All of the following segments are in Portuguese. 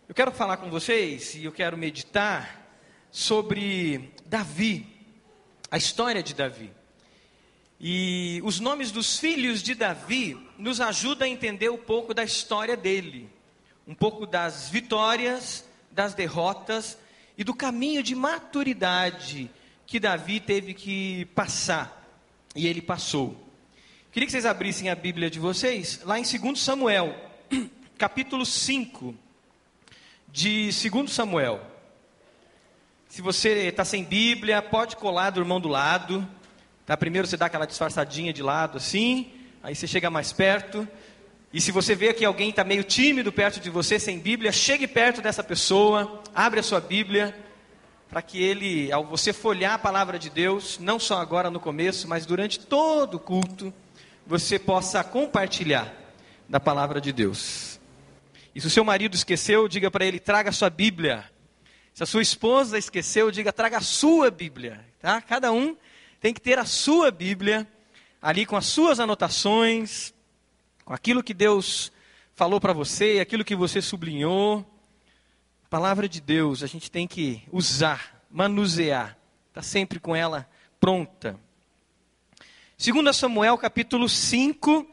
Eu quero falar com vocês e eu quero meditar sobre Davi, a história de Davi. E os nomes dos filhos de Davi nos ajudam a entender um pouco da história dele, um pouco das vitórias, das derrotas e do caminho de maturidade que Davi teve que passar, e ele passou. Queria que vocês abrissem a Bíblia de vocês, lá em 2 Samuel, capítulo 5, de 2 Samuel. Se você está sem Bíblia, pode colar do irmão do lado, tá? Primeiro você dá aquela disfarçadinha de lado assim, aí você chega mais perto, e se você vê que alguém está meio tímido perto de você, sem Bíblia, chegue perto dessa pessoa, abre a sua Bíblia, para que ele, ao você folhear a palavra de Deus, não só agora no começo, mas durante todo o culto, você possa compartilhar da palavra de Deus. E se o seu marido esqueceu, diga para ele, traga a sua Bíblia. Se a sua esposa esqueceu, diga, traga a sua Bíblia. Tá? Cada um tem que ter a sua Bíblia, ali com as suas anotações, com aquilo que Deus falou para você, aquilo que você sublinhou. A palavra de Deus, a gente tem que usar, manusear, está sempre com ela pronta. 2 Samuel capítulo 5,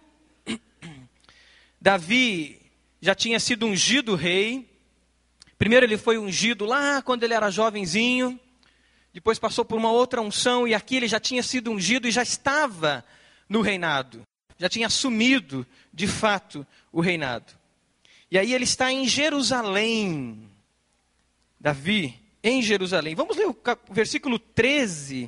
Davi já tinha sido ungido rei. Primeiro ele foi ungido lá quando ele era jovenzinho, depois passou por uma outra unção e aqui ele já tinha sido ungido e já estava no reinado. Já tinha assumido de fato o reinado. E aí ele está em Jerusalém, Davi em Jerusalém. Vamos ler o versículo 13,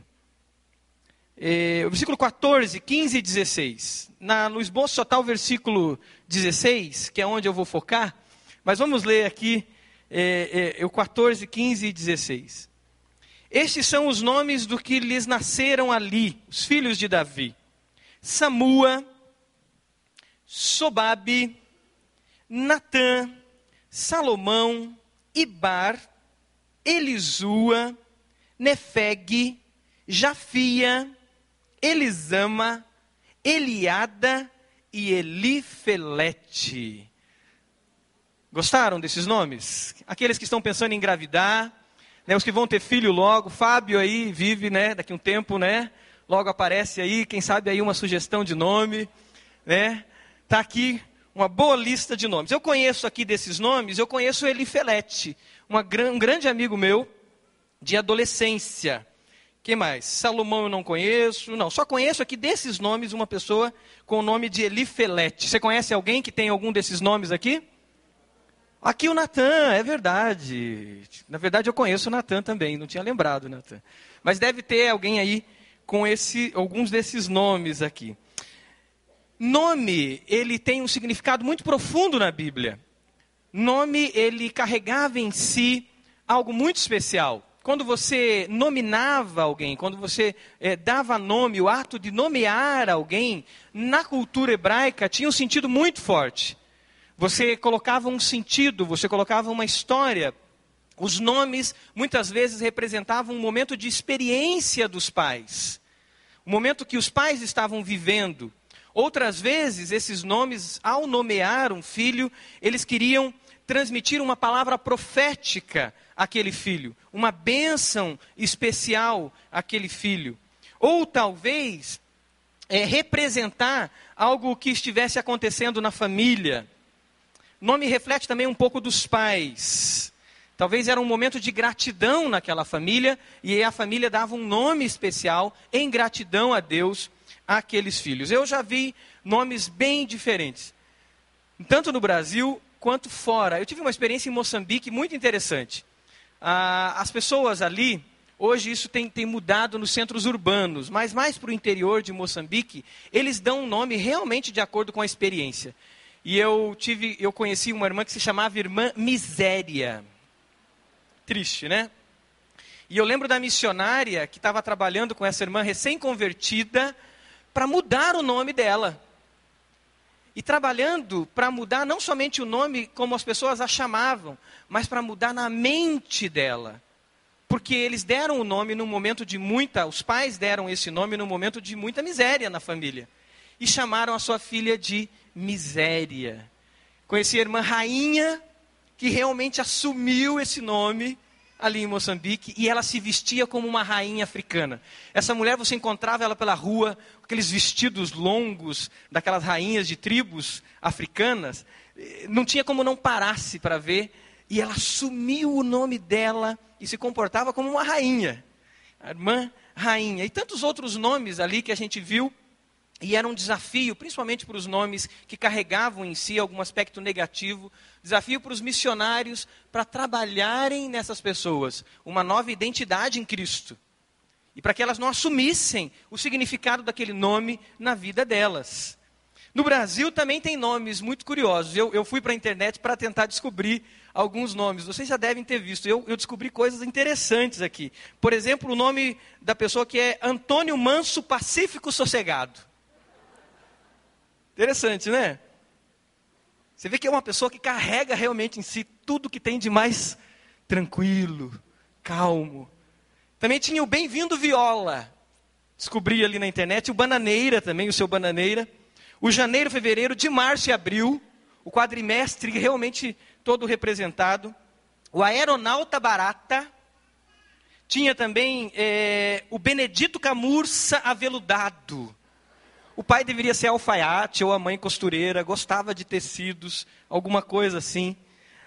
o versículo 14, 15 e 16. No esboço só está o versículo 16, que é onde eu vou focar, mas vamos ler aqui o 14, 15 e 16. Estes são os nomes do que lhes nasceram ali, os filhos de Davi: Samua, Sobabe, Natã, Salomão, Ibar, Elisua, Nefeg, Jafia, Elisama, Eliada e Elifelete. Gostaram desses nomes? Aqueles que estão pensando em engravidar, né, os que vão ter filho logo. Fábio aí vive, né, daqui um tempo, né, logo aparece aí, quem sabe aí uma sugestão de nome, né? Tá aqui uma boa lista de nomes. Eu conheço aqui desses nomes, eu conheço Elifelete, um grande amigo meu de adolescência. Quem mais? Salomão eu não conheço. Não, só conheço aqui desses nomes uma pessoa com o nome de Elifelete. Você conhece alguém que tem algum desses nomes aqui? Aqui o Natã, é verdade. Na verdade eu conheço o Natã também, não tinha lembrado, Natã. Mas deve ter alguém aí com alguns desses nomes aqui. Nome, ele tem um significado muito profundo na Bíblia. Nome, ele carregava em si algo muito especial. Quando você nominava alguém, quando você dava nome, o ato de nomear alguém, na cultura hebraica tinha um sentido muito forte. Você colocava um sentido, você colocava uma história. Os nomes, muitas vezes, representavam um momento de experiência dos pais. Um momento que os pais estavam vivendo. Outras vezes, esses nomes, ao nomear um filho, eles queriam transmitir uma palavra profética àquele filho, uma bênção especial àquele filho. Ou talvez representar algo que estivesse acontecendo na família. O nome reflete também um pouco dos pais. Talvez era um momento de gratidão naquela família, e a família dava um nome especial em gratidão a Deus àqueles filhos. Eu já vi nomes bem diferentes, tanto no Brasil quanto fora. Eu tive uma experiência em Moçambique muito interessante. As pessoas ali, hoje isso tem mudado nos centros urbanos, mas mais para o interior de Moçambique, eles dão um nome realmente de acordo com a experiência. E eu conheci uma irmã que se chamava Irmã Miséria. Triste, né? E eu lembro da missionária que estava trabalhando com essa irmã recém-convertida para mudar o nome dela. E trabalhando para mudar não somente o nome como as pessoas a chamavam, mas para mudar na mente dela. Porque eles deram o nome num momento de os pais deram esse nome num momento de muita miséria na família. E chamaram a sua filha de Miséria. Conheci a irmã Rainha, que realmente assumiu esse nome ali em Moçambique, e ela se vestia como uma rainha africana. Essa mulher, você encontrava ela pela rua, com aqueles vestidos longos, daquelas rainhas de tribos africanas, não tinha como não parar-se para ver, e ela assumiu o nome dela, e se comportava como uma rainha, a irmã rainha, e tantos outros nomes ali que a gente viu, e era um desafio, principalmente para os nomes que carregavam em si algum aspecto negativo, desafio para os missionários para trabalharem nessas pessoas uma nova identidade em Cristo. E para que elas não assumissem o significado daquele nome na vida delas. No Brasil também tem nomes muito curiosos. Eu fui para a internet para tentar descobrir alguns nomes. Vocês já devem ter visto. Eu descobri coisas interessantes aqui. Por exemplo, o nome da pessoa que é Antônio Manso Pacífico Sossegado. Interessante, né? Você vê que é uma pessoa que carrega realmente em si tudo que tem de mais tranquilo, calmo. Também tinha o Bem-vindo Viola. Descobri ali na internet. O Bananeira também, o seu Bananeira. O Janeiro, Fevereiro, de Março e Abril. O quadrimestre realmente todo representado. O Aeronauta Barata. Tinha também o Benedito Camurça Aveludado. O pai deveria ser alfaiate ou a mãe costureira, gostava de tecidos, alguma coisa assim.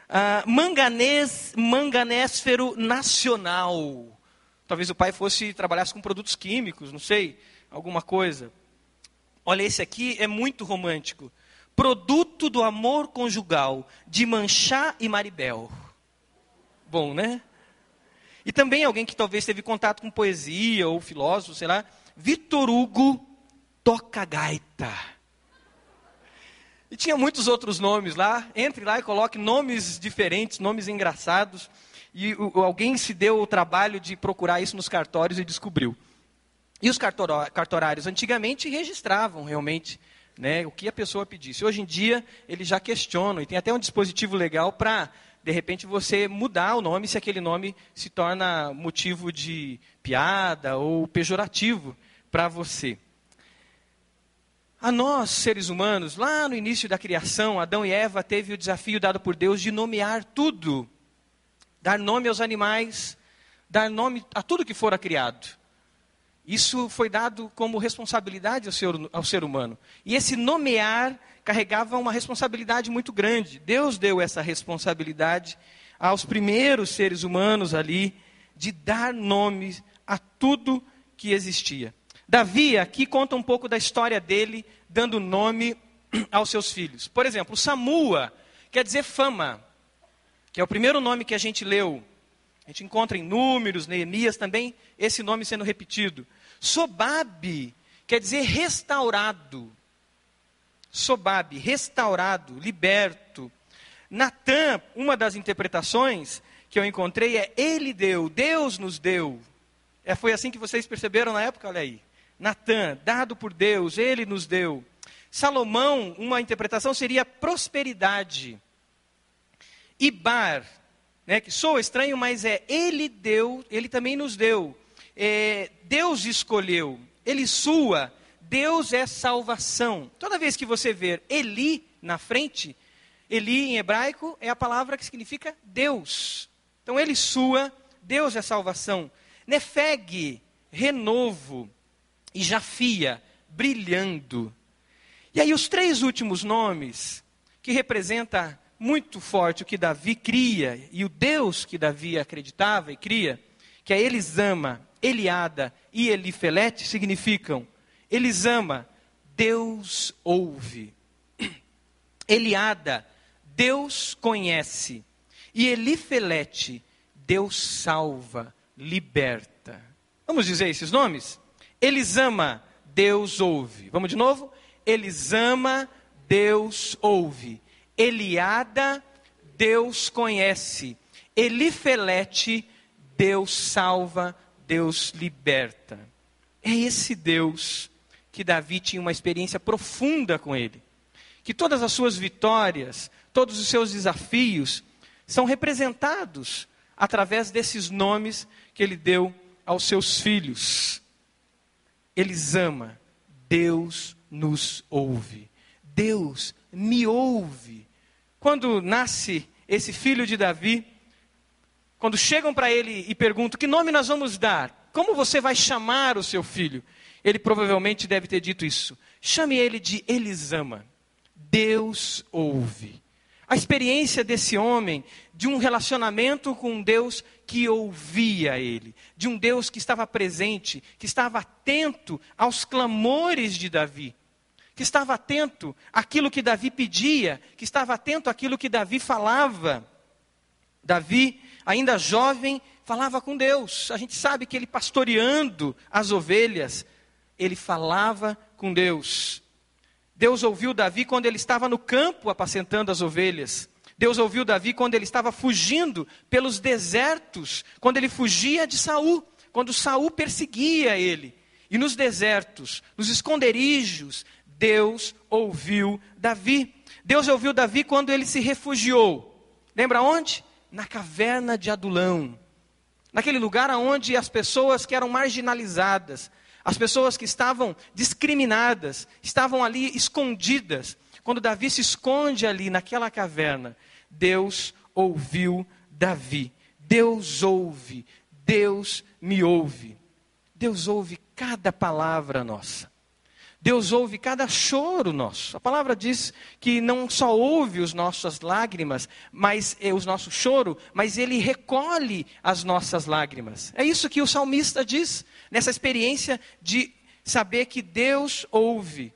Manganésfero Nacional. Talvez o pai trabalhasse com produtos químicos, não sei, alguma coisa. Olha, esse aqui é muito romântico. Produto do amor conjugal, de Manchá e Maribel. Bom, né? E também alguém que talvez teve contato com poesia ou filósofo, sei lá, Vitor Hugo Toca Gaita. E tinha muitos outros nomes lá. Entre lá e coloque nomes diferentes, nomes engraçados. E alguém se deu o trabalho de procurar isso nos cartórios e descobriu. E os cartorários antigamente registravam realmente, né, o que a pessoa pedisse. Hoje em dia eles já questionam. E tem até um dispositivo legal para, de repente, você mudar o nome se aquele nome se torna motivo de piada ou pejorativo para você. A nós, seres humanos, lá no início da criação, Adão e Eva teve o desafio dado por Deus de nomear tudo. Dar nome aos animais, dar nome a tudo que fora criado. Isso foi dado como responsabilidade ao ser humano. E esse nomear carregava uma responsabilidade muito grande. Deus deu essa responsabilidade aos primeiros seres humanos ali, de dar nome a tudo que existia. Davi aqui conta um pouco da história dele, dando nome aos seus filhos. Por exemplo, Samua quer dizer fama, que é o primeiro nome que a gente leu. A gente encontra em Números, Neemias também, esse nome sendo repetido. Sobabe quer dizer restaurado. Sobabe, restaurado, liberto. Natã, uma das interpretações que eu encontrei é ele deu, Deus nos deu. Foi assim que vocês perceberam na época? Olha aí. Natã, dado por Deus, ele nos deu. Salomão, uma interpretação seria prosperidade. Ibar, né, que soa estranho, mas ele deu, ele também nos deu. Deus escolheu. Elisua, Deus é salvação. Toda vez que você ver Eli na frente, Eli em hebraico é a palavra que significa Deus. Então Elisua, Deus é salvação. Nefeg, renovo. E Jafia, brilhando. E aí os três últimos nomes, que representa muito forte o que Davi cria, e o Deus que Davi acreditava e cria, que é Elisama, Eliada e Elifelete, significam: Elisama, Deus ouve. Eliada, Deus conhece. E Elifelete, Deus salva, liberta. Vamos dizer esses nomes? Elisama, Deus ouve. Vamos de novo? Elisama, Deus ouve. Eliada, Deus conhece. Elifelete, Deus salva, Deus liberta. É esse Deus que Davi tinha uma experiência profunda com ele. Que todas as suas vitórias, todos os seus desafios, são representados através desses nomes que ele deu aos seus filhos. Elisama, Deus nos ouve. Deus me ouve. Quando nasce esse filho de Davi, quando chegam para ele e perguntam, que nome nós vamos dar? Como você vai chamar o seu filho? Ele provavelmente deve ter dito isso. Chame ele de Elisama. Deus ouve. A experiência desse homem, de um relacionamento com um Deus que ouvia ele, de um Deus que estava presente, que estava atento aos clamores de Davi, que estava atento àquilo que Davi pedia, que estava atento àquilo que Davi falava. Davi, ainda jovem, falava com Deus. A gente sabe que ele pastoreando as ovelhas, ele falava com Deus. Deus ouviu Davi quando ele estava no campo apacentando as ovelhas. Deus ouviu Davi quando ele estava fugindo pelos desertos, quando ele fugia de Saul, quando Saul perseguia ele. E nos desertos, nos esconderijos, Deus ouviu Davi. Deus ouviu Davi quando ele se refugiou. Lembra onde? Na caverna de Adulão. Naquele lugar onde as pessoas que eram marginalizadas, as pessoas que estavam discriminadas, estavam ali escondidas. Quando Davi se esconde ali naquela caverna, Deus ouviu Davi. Deus ouve, Deus me ouve. Deus ouve cada palavra nossa. Deus ouve cada choro nosso. A palavra diz que não só ouve as nossas lágrimas, mas o nosso choro, mas Ele recolhe as nossas lágrimas. É isso que o salmista diz, nessa experiência de saber que Deus ouve.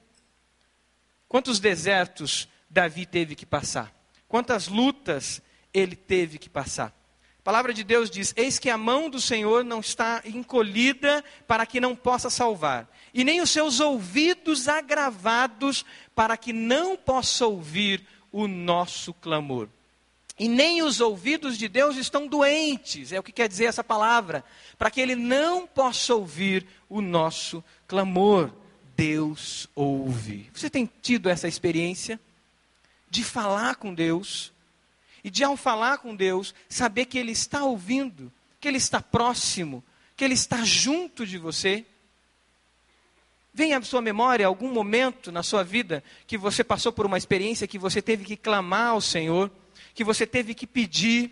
Quantos desertos Davi teve que passar? Quantas lutas ele teve que passar? A palavra de Deus diz, eis que a mão do Senhor não está encolhida para que não possa salvar, e nem os seus ouvidos agravados para que não possa ouvir o nosso clamor. E nem os ouvidos de Deus estão doentes, é o que quer dizer essa palavra, para que Ele não possa ouvir o nosso clamor. Deus ouve. Você tem tido essa experiência de falar com Deus? E de ao falar com Deus, saber que Ele está ouvindo, que Ele está próximo, que Ele está junto de você. Vem à sua memória algum momento na sua vida que você passou por uma experiência que você teve que clamar ao Senhor, que você teve que pedir.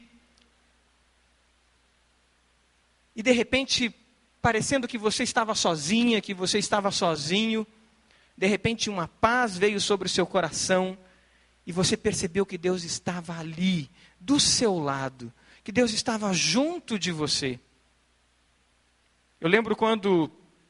E de repente, parecendo que você estava sozinha, que você estava sozinho, de repente uma paz veio sobre o seu coração, e você percebeu que Deus estava ali, do seu lado, que Deus estava junto de você. Eu lembro quando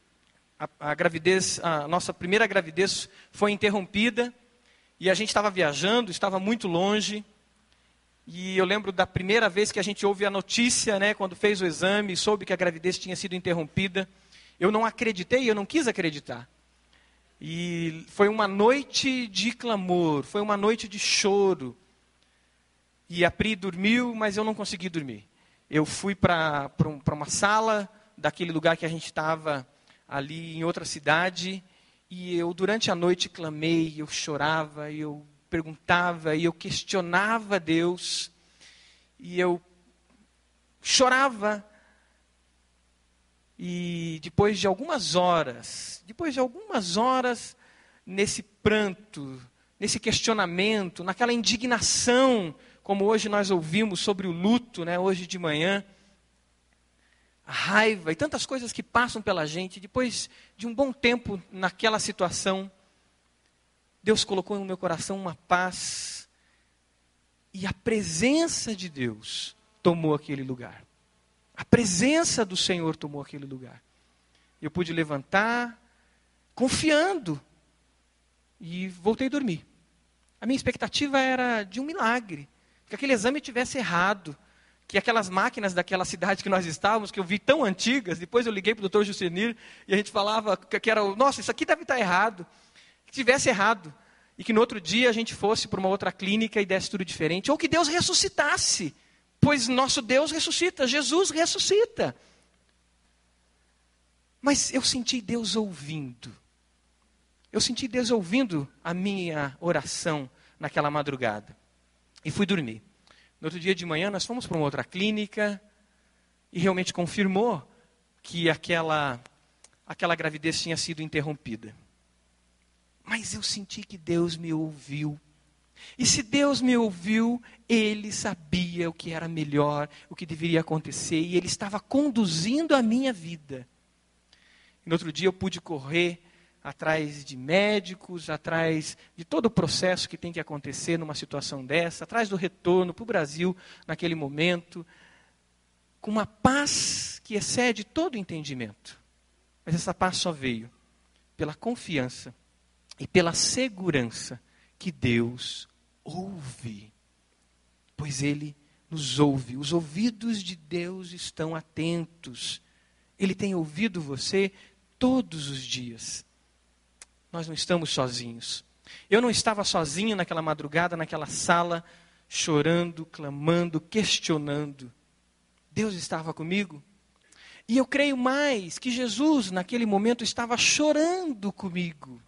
a nossa primeira gravidez foi interrompida, e a gente estava viajando, estava muito longe, e eu lembro da primeira vez que a gente ouve a notícia, né, quando fez o exame, soube que a gravidez tinha sido interrompida. Eu não acreditei, eu não quis acreditar. E foi uma noite de clamor, foi uma noite de choro. E a Pri dormiu, mas eu não consegui dormir. Eu fui para uma sala daquele lugar que a gente estava ali em outra cidade. E eu durante a noite clamei, eu chorava, eu perguntava, e eu questionava Deus. E eu chorava. E depois de algumas horas, nesse pranto, nesse questionamento, naquela indignação, como hoje nós ouvimos sobre o luto, né, hoje de manhã, a raiva e tantas coisas que passam pela gente, depois de um bom tempo naquela situação, Deus colocou no meu coração uma paz, e a presença de Deus tomou aquele lugar. A presença do Senhor tomou aquele lugar. Eu pude levantar, confiando, e voltei a dormir. A minha expectativa era de um milagre, que aquele exame tivesse errado, que aquelas máquinas daquela cidade que nós estávamos, que eu vi tão antigas, depois eu liguei para o Dr. Jusenir, e a gente falava que era, nossa, isso aqui deve estar errado, que tivesse errado, e que no outro dia a gente fosse para uma outra clínica e desse tudo diferente, ou que Deus ressuscitasse, pois nosso Deus ressuscita, Jesus ressuscita. Mas eu senti Deus ouvindo. Eu senti Deus ouvindo a minha oração naquela madrugada. E fui dormir. No outro dia de manhã nós fomos para uma outra clínica e realmente confirmou que aquela gravidez tinha sido interrompida. Mas eu senti que Deus me ouviu. E se Deus me ouviu, Ele sabia o que era melhor, o que deveria acontecer, e Ele estava conduzindo a minha vida. E no outro dia eu pude correr atrás de médicos, atrás de todo o processo que tem que acontecer numa situação dessa, atrás do retorno para o Brasil naquele momento, com uma paz que excede todo o entendimento. Mas essa paz só veio pela confiança e pela segurança que Deus ouve. Pois Ele nos ouve. Os ouvidos de Deus estão atentos. Ele tem ouvido você todos os dias. Nós não estamos sozinhos. Eu não estava sozinho naquela madrugada, naquela sala, chorando, clamando, questionando. Deus estava comigo. E eu creio mais que Jesus, naquele momento, estava chorando comigo.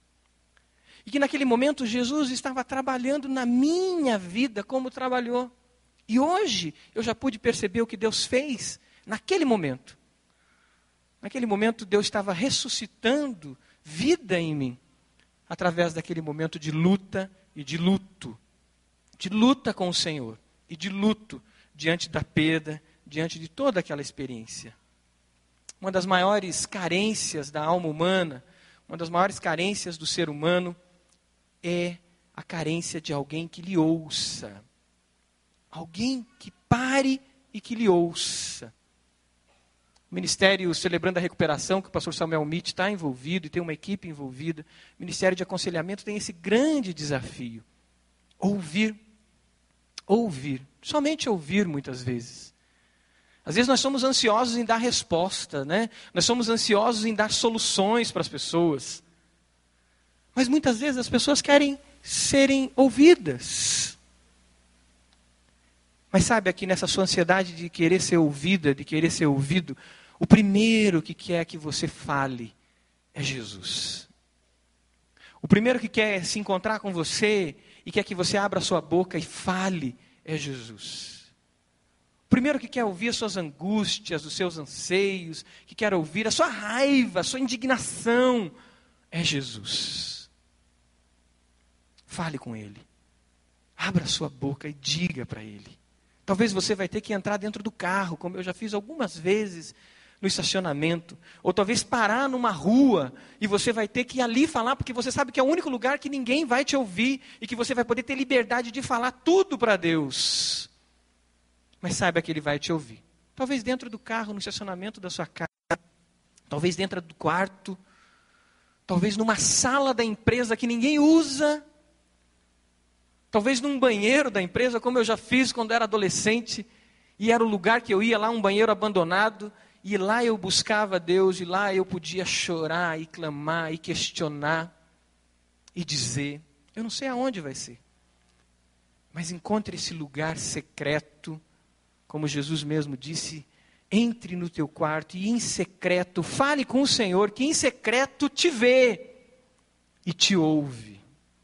E que naquele momento Jesus estava trabalhando na minha vida como trabalhou. E hoje eu já pude perceber o que Deus fez naquele momento. Naquele momento Deus estava ressuscitando vida em mim. Através daquele momento de luta e de luto. De luta com o Senhor. E de luto diante da perda, diante de toda aquela experiência. Uma das maiores carências da alma humana, uma das maiores carências do ser humano, é a carência de alguém que lhe ouça. Alguém que pare e que lhe ouça. O Ministério Celebrando a Recuperação, que o pastor Samuel Mitch está envolvido e tem uma equipe envolvida, o Ministério de Aconselhamento tem esse grande desafio. Ouvir. Ouvir. Somente ouvir muitas vezes. Às vezes nós somos ansiosos em dar resposta, né? Nós somos ansiosos em dar soluções para as pessoas. Mas muitas vezes as pessoas querem serem ouvidas. Mas sabe, aqui nessa sua ansiedade de querer ser ouvida, de querer ser ouvido, o primeiro que quer que você fale é Jesus. O primeiro que quer se encontrar com você e quer que você abra a sua boca e fale é Jesus. O primeiro que quer ouvir as suas angústias, os seus anseios, que quer ouvir a sua raiva, a sua indignação, é Jesus. Fale com Ele. Abra a sua boca e diga para Ele. Talvez você vai ter que entrar dentro do carro, como eu já fiz algumas vezes no estacionamento. Ou talvez parar numa rua e você vai ter que ir ali falar, porque você sabe que é o único lugar que ninguém vai te ouvir e que você vai poder ter liberdade de falar tudo para Deus. Mas saiba que Ele vai te ouvir. Talvez dentro do carro, no estacionamento da sua casa, talvez dentro do quarto, talvez numa sala da empresa que ninguém usa, talvez num banheiro da empresa, como eu já fiz quando era adolescente, e era o lugar que eu ia lá, um banheiro abandonado, e lá eu buscava Deus, e lá eu podia chorar, e clamar, e questionar, e dizer, eu não sei aonde vai ser, mas encontre esse lugar secreto, como Jesus mesmo disse, entre no teu quarto e em secreto, fale com o Senhor, que em secreto te vê e te ouve.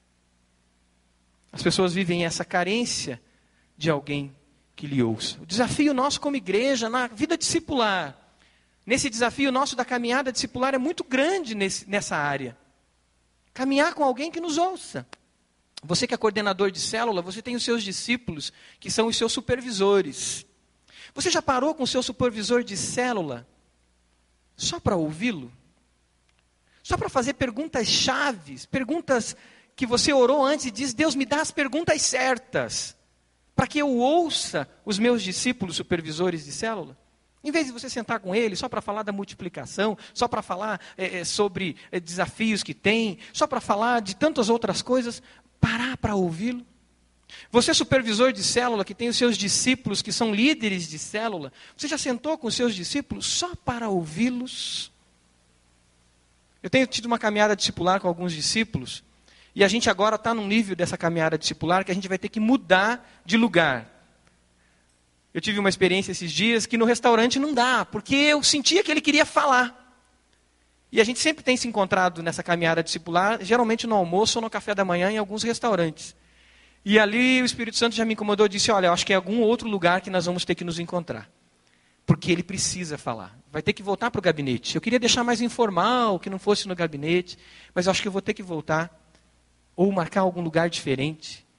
As pessoas vivem essa carência de alguém que lhe ouça. O desafio nosso como igreja, na vida discipular, nesse desafio nosso da caminhada discipular é muito grande nessa área. Caminhar com alguém que nos ouça. Você que é coordenador de célula, você tem os seus discípulos, que são os seus supervisores. Você já parou com o seu supervisor de célula só para ouvi-lo? Só para fazer perguntas chaves, perguntas que você orou antes e diz, Deus me dá as perguntas certas, para que eu ouça os meus discípulos supervisores de célula? Em vez de você sentar com ele só para falar da multiplicação, só para falar sobre desafios que tem, só para falar de tantas outras coisas, parar para ouvi-lo. Você supervisor de célula, que tem os seus discípulos, que são líderes de célula, você já sentou com os seus discípulos só para ouvi-los? Eu tenho tido uma caminhada discipular com alguns discípulos, e a gente agora está num nível dessa caminhada discipular que a gente vai ter que mudar de lugar. Eu tive uma experiência esses dias que no restaurante não dá, porque eu sentia que ele queria falar. E a gente sempre tem se encontrado nessa caminhada discipular, geralmente no almoço ou no café da manhã em alguns restaurantes. E ali o Espírito Santo já me incomodou e disse, olha, eu acho que é algum outro lugar que nós vamos ter que nos encontrar. Porque ele precisa falar. Vai ter que voltar para o gabinete. Eu queria deixar mais informal, que não fosse no gabinete, mas eu acho que eu vou ter que voltar. Ou marcar algum lugar diferente.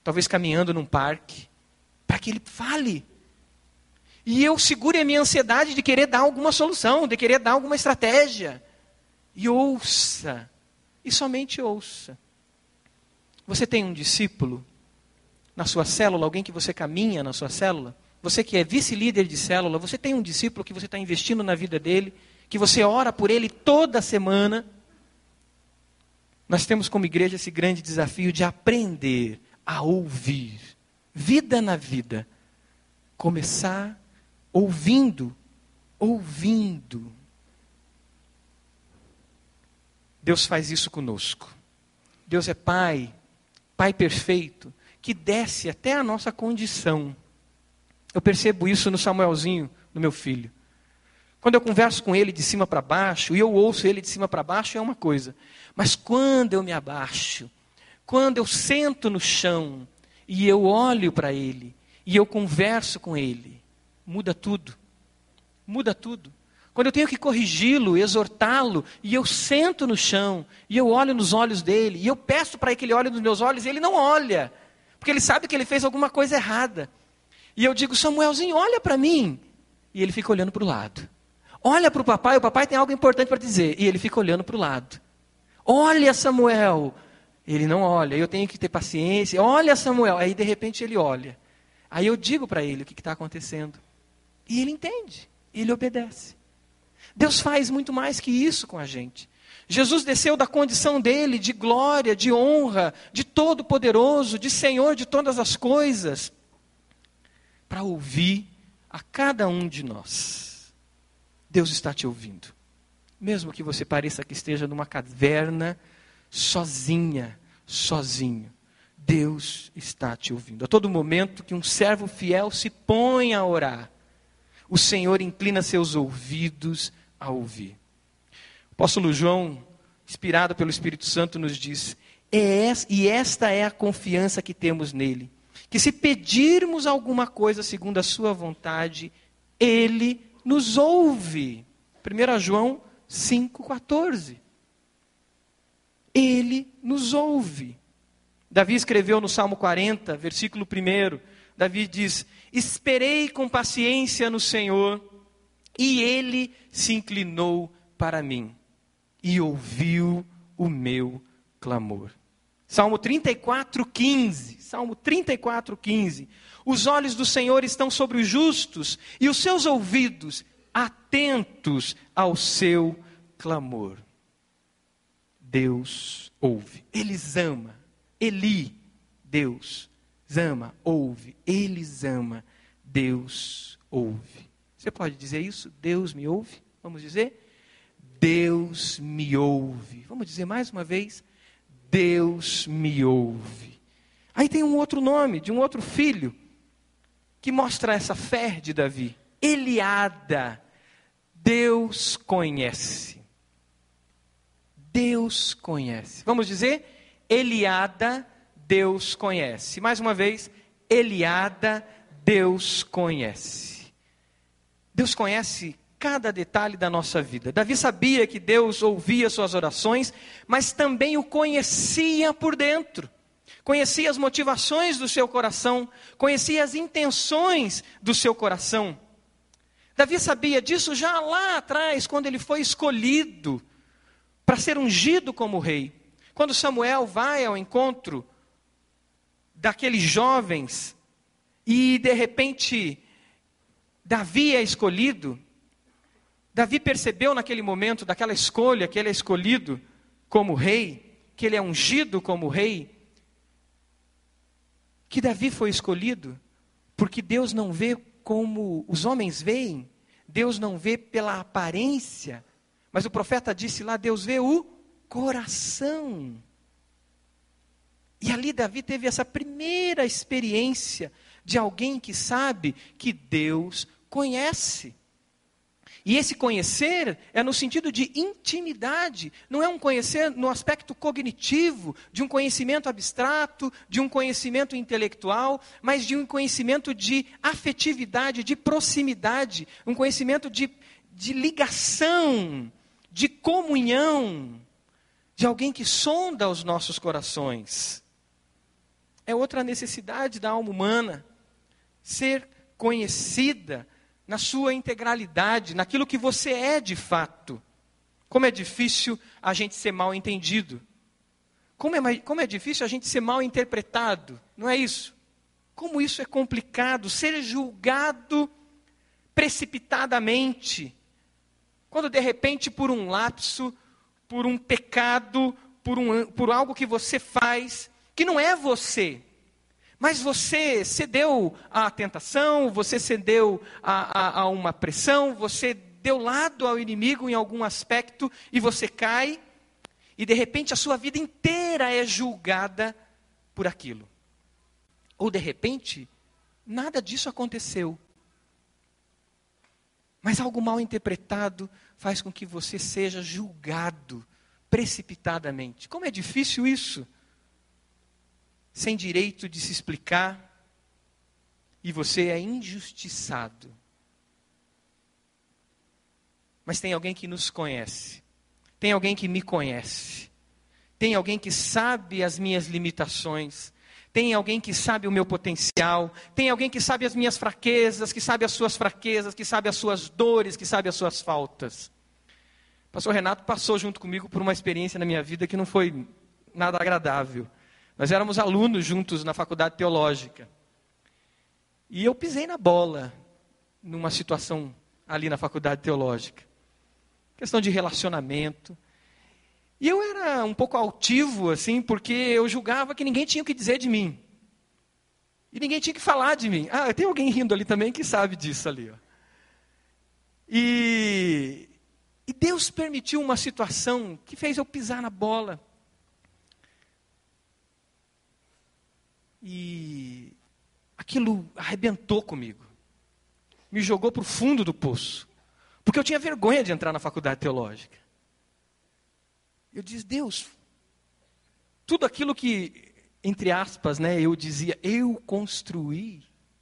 talvez caminhando num parque, para que ele fale. E eu segure a minha ansiedade de querer dar alguma solução, de querer dar alguma estratégia. E ouça, e somente ouça. Você tem um discípulo na sua célula, alguém que você caminha na sua célula? Você que é vice-líder de célula, você tem um discípulo que você está investindo na vida dele, que você ora por ele toda semana? Nós temos como igreja esse grande desafio de aprender a ouvir. Vida na vida. Começar ouvindo. Deus faz isso conosco. Deus é Pai perfeito, que desce até a nossa condição. Eu percebo isso no Samuelzinho, no meu filho. Quando eu converso com ele de cima para baixo, e eu ouço ele de cima para baixo, é uma coisa. Mas quando eu me abaixo, quando eu sento no chão, e eu olho para ele, e eu converso com ele, muda tudo. Muda tudo. Quando eu tenho que corrigi-lo, exortá-lo, e eu sento no chão, e eu olho nos olhos dele, e eu peço para que ele olhe nos meus olhos, e ele não olha, porque ele sabe que ele fez alguma coisa errada. E eu digo, Samuelzinho, olha para mim. E ele fica olhando para o lado. Olha para o papai tem algo importante para dizer. E ele fica olhando para o lado. Olha, Samuel. Ele não olha, eu tenho que ter paciência. Olha, Samuel. Aí de repente ele olha. Aí eu digo para ele o que está acontecendo. E ele entende, ele obedece. Deus faz muito mais que isso com a gente. Jesus desceu da condição dele de glória, de honra, de todo-poderoso, de Senhor de todas as coisas, para ouvir a cada um de nós. Deus está te ouvindo. Mesmo que você pareça que esteja numa caverna, sozinha, sozinho. Deus está te ouvindo. A todo momento que um servo fiel se põe a orar, o Senhor inclina seus ouvidos a ouvir. O apóstolo João, inspirado pelo Espírito Santo, nos diz, e esta é a confiança que temos nele, que se pedirmos alguma coisa segundo a sua vontade, ele nos ouve. 1 João 5,14. Ele nos ouve. Davi escreveu no Salmo 40, versículo 1, Davi diz, esperei com paciência no Senhor, e ele se inclinou para mim, e ouviu o meu clamor. Salmo 34,15. Salmo 34,15. Os olhos do Senhor estão sobre os justos, e os seus ouvidos atentos ao seu clamor. Deus ouve. Eles ama. Eli, Deus ama, ouve. Eles ama, Deus ouve. Você pode dizer isso? Deus me ouve? Vamos dizer? Deus me ouve. Vamos dizer mais uma vez? Deus me ouve. Aí tem um outro nome, de um outro filho, que mostra essa fé de Davi. Eliada. Deus conhece. Deus conhece. Vamos dizer? Eliada, Deus conhece. Mais uma vez, Eliada, Deus conhece. Deus conhece cada detalhe da nossa vida. Davi sabia que Deus ouvia suas orações, mas também o conhecia por dentro. Conhecia as motivações do seu coração, conhecia as intenções do seu coração. Davi sabia disso já lá atrás, quando ele foi escolhido para ser ungido como rei. Quando Samuel vai ao encontro daqueles jovens e de repente Davi é escolhido, Davi percebeu naquele momento daquela escolha que ele é escolhido como rei, que ele é ungido como rei, que Davi foi escolhido porque Deus não vê como os homens veem, Deus não vê pela aparência, mas o profeta disse lá, Deus vê o coração. E ali Davi teve essa primeira experiência de alguém que sabe que Deus conhece. E esse conhecer é no sentido de intimidade, não é um conhecer no aspecto cognitivo, de um conhecimento abstrato, de um conhecimento intelectual, mas de um conhecimento de afetividade, de proximidade, um conhecimento de ligação, de comunhão, de alguém que sonda os nossos corações. é outra necessidade da alma humana. Ser conhecida na sua integralidade, naquilo que você é de fato. Como é difícil a gente ser mal entendido. Como é difícil a gente ser mal interpretado, não é isso? Como isso é complicado, ser julgado precipitadamente. Quando de repente por um lapso, por um pecado, por algo que você faz, que não é você, mas você cedeu à tentação, você cedeu a uma pressão, você deu lado ao inimigo em algum aspecto e você cai, e de repente a sua vida inteira é julgada por aquilo. Ou de repente, nada disso aconteceu. Mas algo mal interpretado faz com que você seja julgado precipitadamente. Como é difícil isso? Sem direito de se explicar, e você é injustiçado. Mas tem alguém que nos conhece, tem alguém que me conhece, tem alguém que sabe as minhas limitações, tem alguém que sabe o meu potencial, tem alguém que sabe as minhas fraquezas, que sabe as suas fraquezas, que sabe as suas dores, que sabe as suas faltas. O pastor Renato passou junto comigo por uma experiência na minha vida que não foi nada agradável. Nós éramos alunos juntos na faculdade teológica. E eu pisei na bola numa situação ali na faculdade teológica. Questão de relacionamento. E eu era um pouco altivo, assim, porque eu julgava que ninguém tinha o que dizer de mim. E ninguém tinha que falar de mim. Ah, tem alguém rindo ali também que sabe disso ali. Ó. E Deus permitiu uma situação que fez eu pisar na bola. E aquilo arrebentou comigo. Me jogou para o fundo do poço. Porque eu tinha vergonha de entrar na faculdade teológica. Eu disse, Deus, tudo aquilo que, entre aspas, né, eu dizia, eu construí.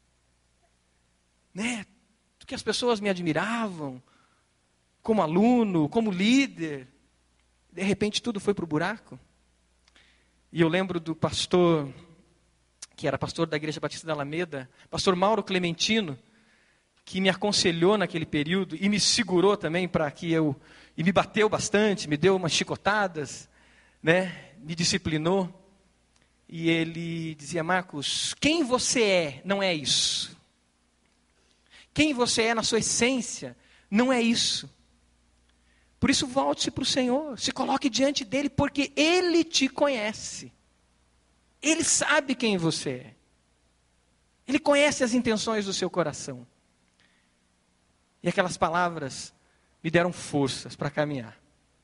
Né, que as pessoas me admiravam, como aluno, como líder. De repente tudo foi para o buraco. E eu lembro do pastor, que era pastor da Igreja Batista da Alameda, pastor Mauro Clementino, que me aconselhou naquele período e me segurou também para que eu... E me bateu bastante, me deu umas chicotadas, né? Me disciplinou. E ele dizia, Marcos, quem você é não é isso. Quem você é na sua essência não é isso. Por isso volte-se para o Senhor, se coloque diante dEle, porque Ele te conhece. Ele sabe quem você é. Ele conhece as intenções do seu coração. E aquelas palavras me deram forças para caminhar.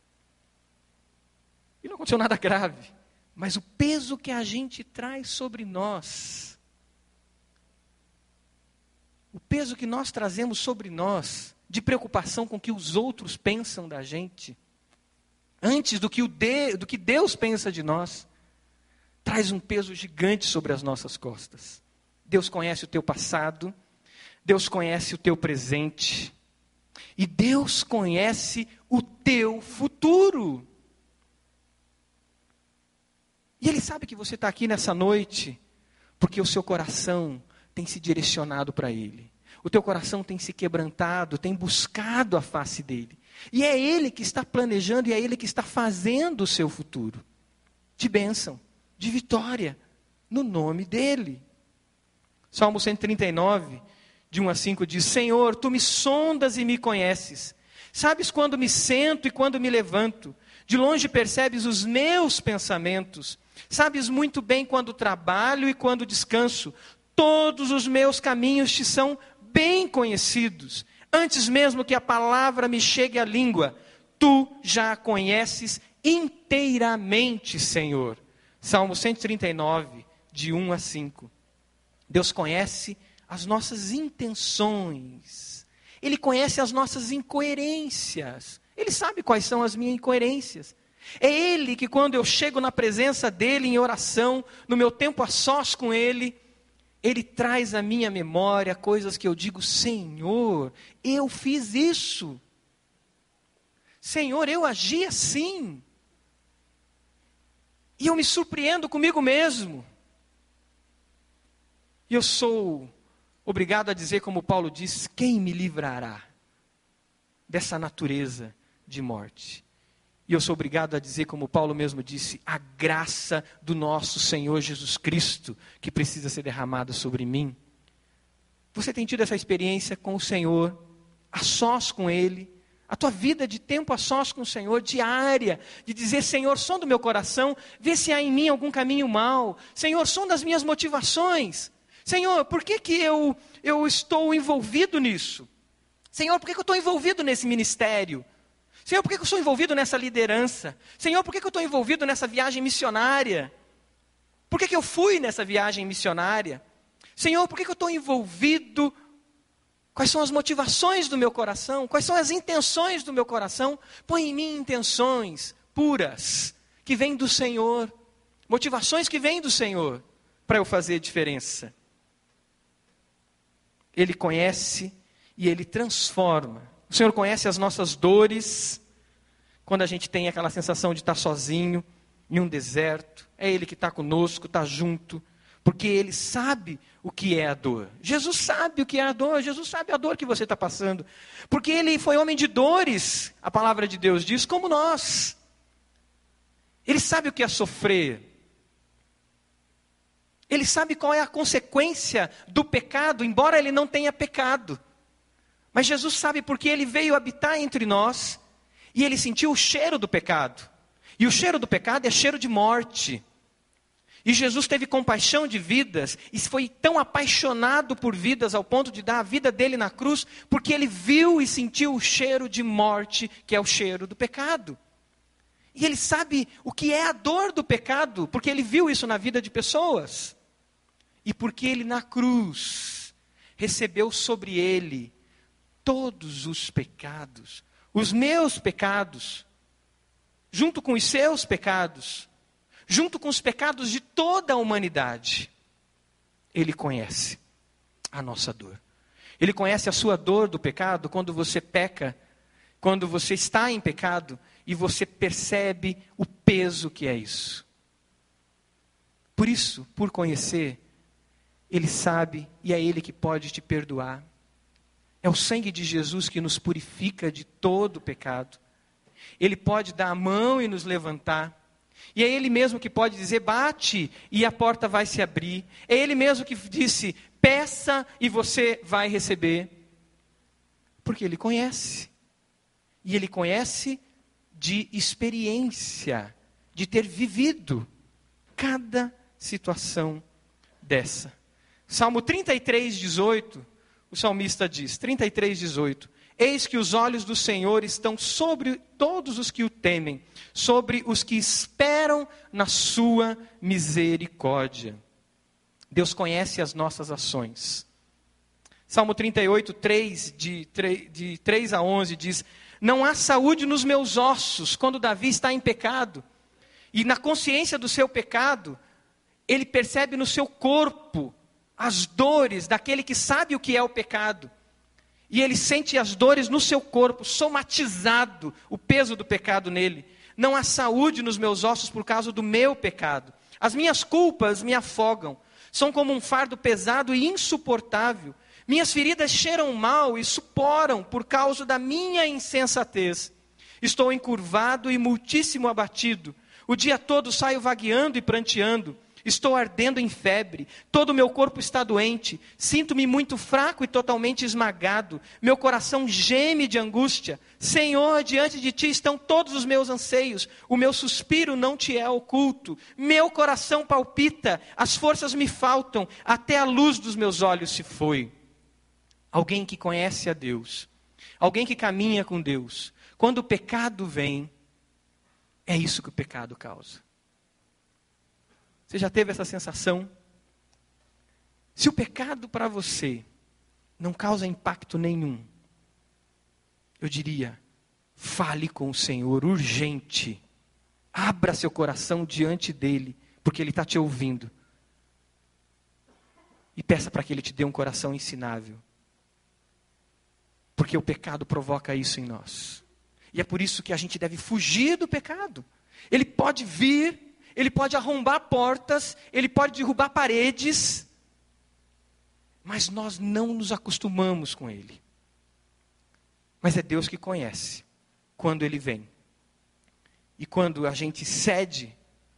E não aconteceu nada grave. Mas o peso que a gente traz sobre nós, o peso que nós trazemos sobre nós, de preocupação com o que os outros pensam da gente, antes do que Deus pensa de nós, traz um peso gigante sobre as nossas costas. Deus conhece o teu passado, Deus conhece o teu presente, e Deus conhece o teu futuro. E Ele sabe que você está aqui nessa noite, porque o seu coração tem se direcionado para Ele. O teu coração tem se quebrantado, tem buscado a face dEle. E é Ele que está planejando, e é Ele que está fazendo o seu futuro. De bênção, de vitória, no nome dEle. Salmo 139, de 1 a 5 diz, Senhor, Tu me sondas e me conheces. Sabes quando me sento e quando me levanto. De longe percebes os meus pensamentos. Sabes muito bem quando trabalho e quando descanso. Todos os meus caminhos Te são bem conhecidos. Antes mesmo que a palavra me chegue à língua, Tu já a conheces inteiramente, Senhor. Salmo 139, de 1 a 5. Deus conhece as nossas intenções. Ele conhece as nossas incoerências. Ele sabe quais são as minhas incoerências. É Ele que, quando eu chego na presença dEle em oração, no meu tempo a sós com Ele, Ele traz à minha memória coisas que eu digo, Senhor, eu fiz isso. Senhor, eu agi assim. E eu me surpreendo comigo mesmo. E eu sou obrigado a dizer, como Paulo diz, quem me livrará dessa natureza de morte? E eu sou obrigado a dizer, como Paulo mesmo disse, a graça do nosso Senhor Jesus Cristo, que precisa ser derramada sobre mim. Você tem tido essa experiência com o Senhor, a sós com Ele, a tua vida de tempo a sós com o Senhor, diária, de dizer, Senhor, som do meu coração, vê se há em mim algum caminho mau. Senhor, som das minhas motivações. Senhor, por que eu estou envolvido nisso? Senhor, por que eu estou envolvido nesse ministério? Senhor, por que eu sou envolvido nessa liderança? Senhor, por que eu estou envolvido nessa viagem missionária? Por que eu fui nessa viagem missionária? Senhor, por que eu estou envolvido? Quais são as motivações do meu coração? Quais são as intenções do meu coração? Põe em mim intenções puras, que vêm do Senhor. Motivações que vêm do Senhor, para eu fazer diferença. Ele conhece e Ele transforma. O Senhor conhece as nossas dores, quando a gente tem aquela sensação de estar sozinho, em um deserto. É Ele que está conosco, está junto, porque Ele sabe o que é a dor. Jesus sabe o que é a dor, Jesus sabe a dor que você está passando, porque Ele foi homem de dores, a palavra de Deus diz, como nós. Ele sabe o que é sofrer. Ele sabe qual é a consequência do pecado, embora Ele não tenha pecado. Mas Jesus sabe porque Ele veio habitar entre nós e Ele sentiu o cheiro do pecado. E o cheiro do pecado é cheiro de morte. E Jesus teve compaixão de vidas e foi tão apaixonado por vidas ao ponto de dar a vida dele na cruz, porque Ele viu e sentiu o cheiro de morte, que é o cheiro do pecado. E Ele sabe o que é a dor do pecado, porque Ele viu isso na vida de pessoas. E porque Ele na cruz recebeu sobre Ele todos os pecados, os meus pecados, junto com os seus pecados, junto com os pecados de toda a humanidade. Ele conhece a nossa dor. Ele conhece a sua dor do pecado quando você peca, quando você está em pecado e você percebe o peso que é isso. Por isso, por conhecer, Ele sabe e é Ele que pode te perdoar. É o sangue de Jesus que nos purifica de todo o pecado. Ele pode dar a mão e nos levantar. E é Ele mesmo que pode dizer, bate e a porta vai se abrir. É Ele mesmo que disse, peça e você vai receber. Porque Ele conhece. E Ele conhece de experiência, de ter vivido cada situação dessa. Salmo 33, 18, o salmista diz, 33, 18, eis que os olhos do Senhor estão sobre todos os que o temem, sobre os que esperam na sua misericórdia. Deus conhece as nossas ações. Salmo 38, 3, de 3 a 11 diz, não há saúde nos meus ossos, quando Davi está em pecado, e na consciência do seu pecado, ele percebe no seu corpo as dores daquele que sabe o que é o pecado. E ele sente as dores no seu corpo, somatizado, o peso do pecado nele. Não há saúde nos meus ossos por causa do meu pecado. As minhas culpas me afogam. São como um fardo pesado e insuportável. Minhas feridas cheiram mal e suporam por causa da minha insensatez. Estou encurvado e muitíssimo abatido. O dia todo saio vagueando e pranteando. Estou ardendo em febre, todo o meu corpo está doente, sinto-me muito fraco e totalmente esmagado, meu coração geme de angústia. Senhor, diante de ti estão todos os meus anseios, o meu suspiro não te é oculto, meu coração palpita, as forças me faltam, até a luz dos meus olhos se foi. Alguém que conhece a Deus, alguém que caminha com Deus, quando o pecado vem, é isso que o pecado causa. Você já teve essa sensação? Se o pecado para você não causa impacto nenhum, eu diria, fale com o Senhor urgente. Abra seu coração diante dEle, porque Ele está te ouvindo. E peça para que Ele te dê um coração ensinável. Porque o pecado provoca isso em nós. E é por isso que a gente deve fugir do pecado. Ele pode vir, ele pode arrombar portas, ele pode derrubar paredes. mas nós não nos acostumamos com ele. Mas é Deus que conhece quando ele vem. E quando a gente cede,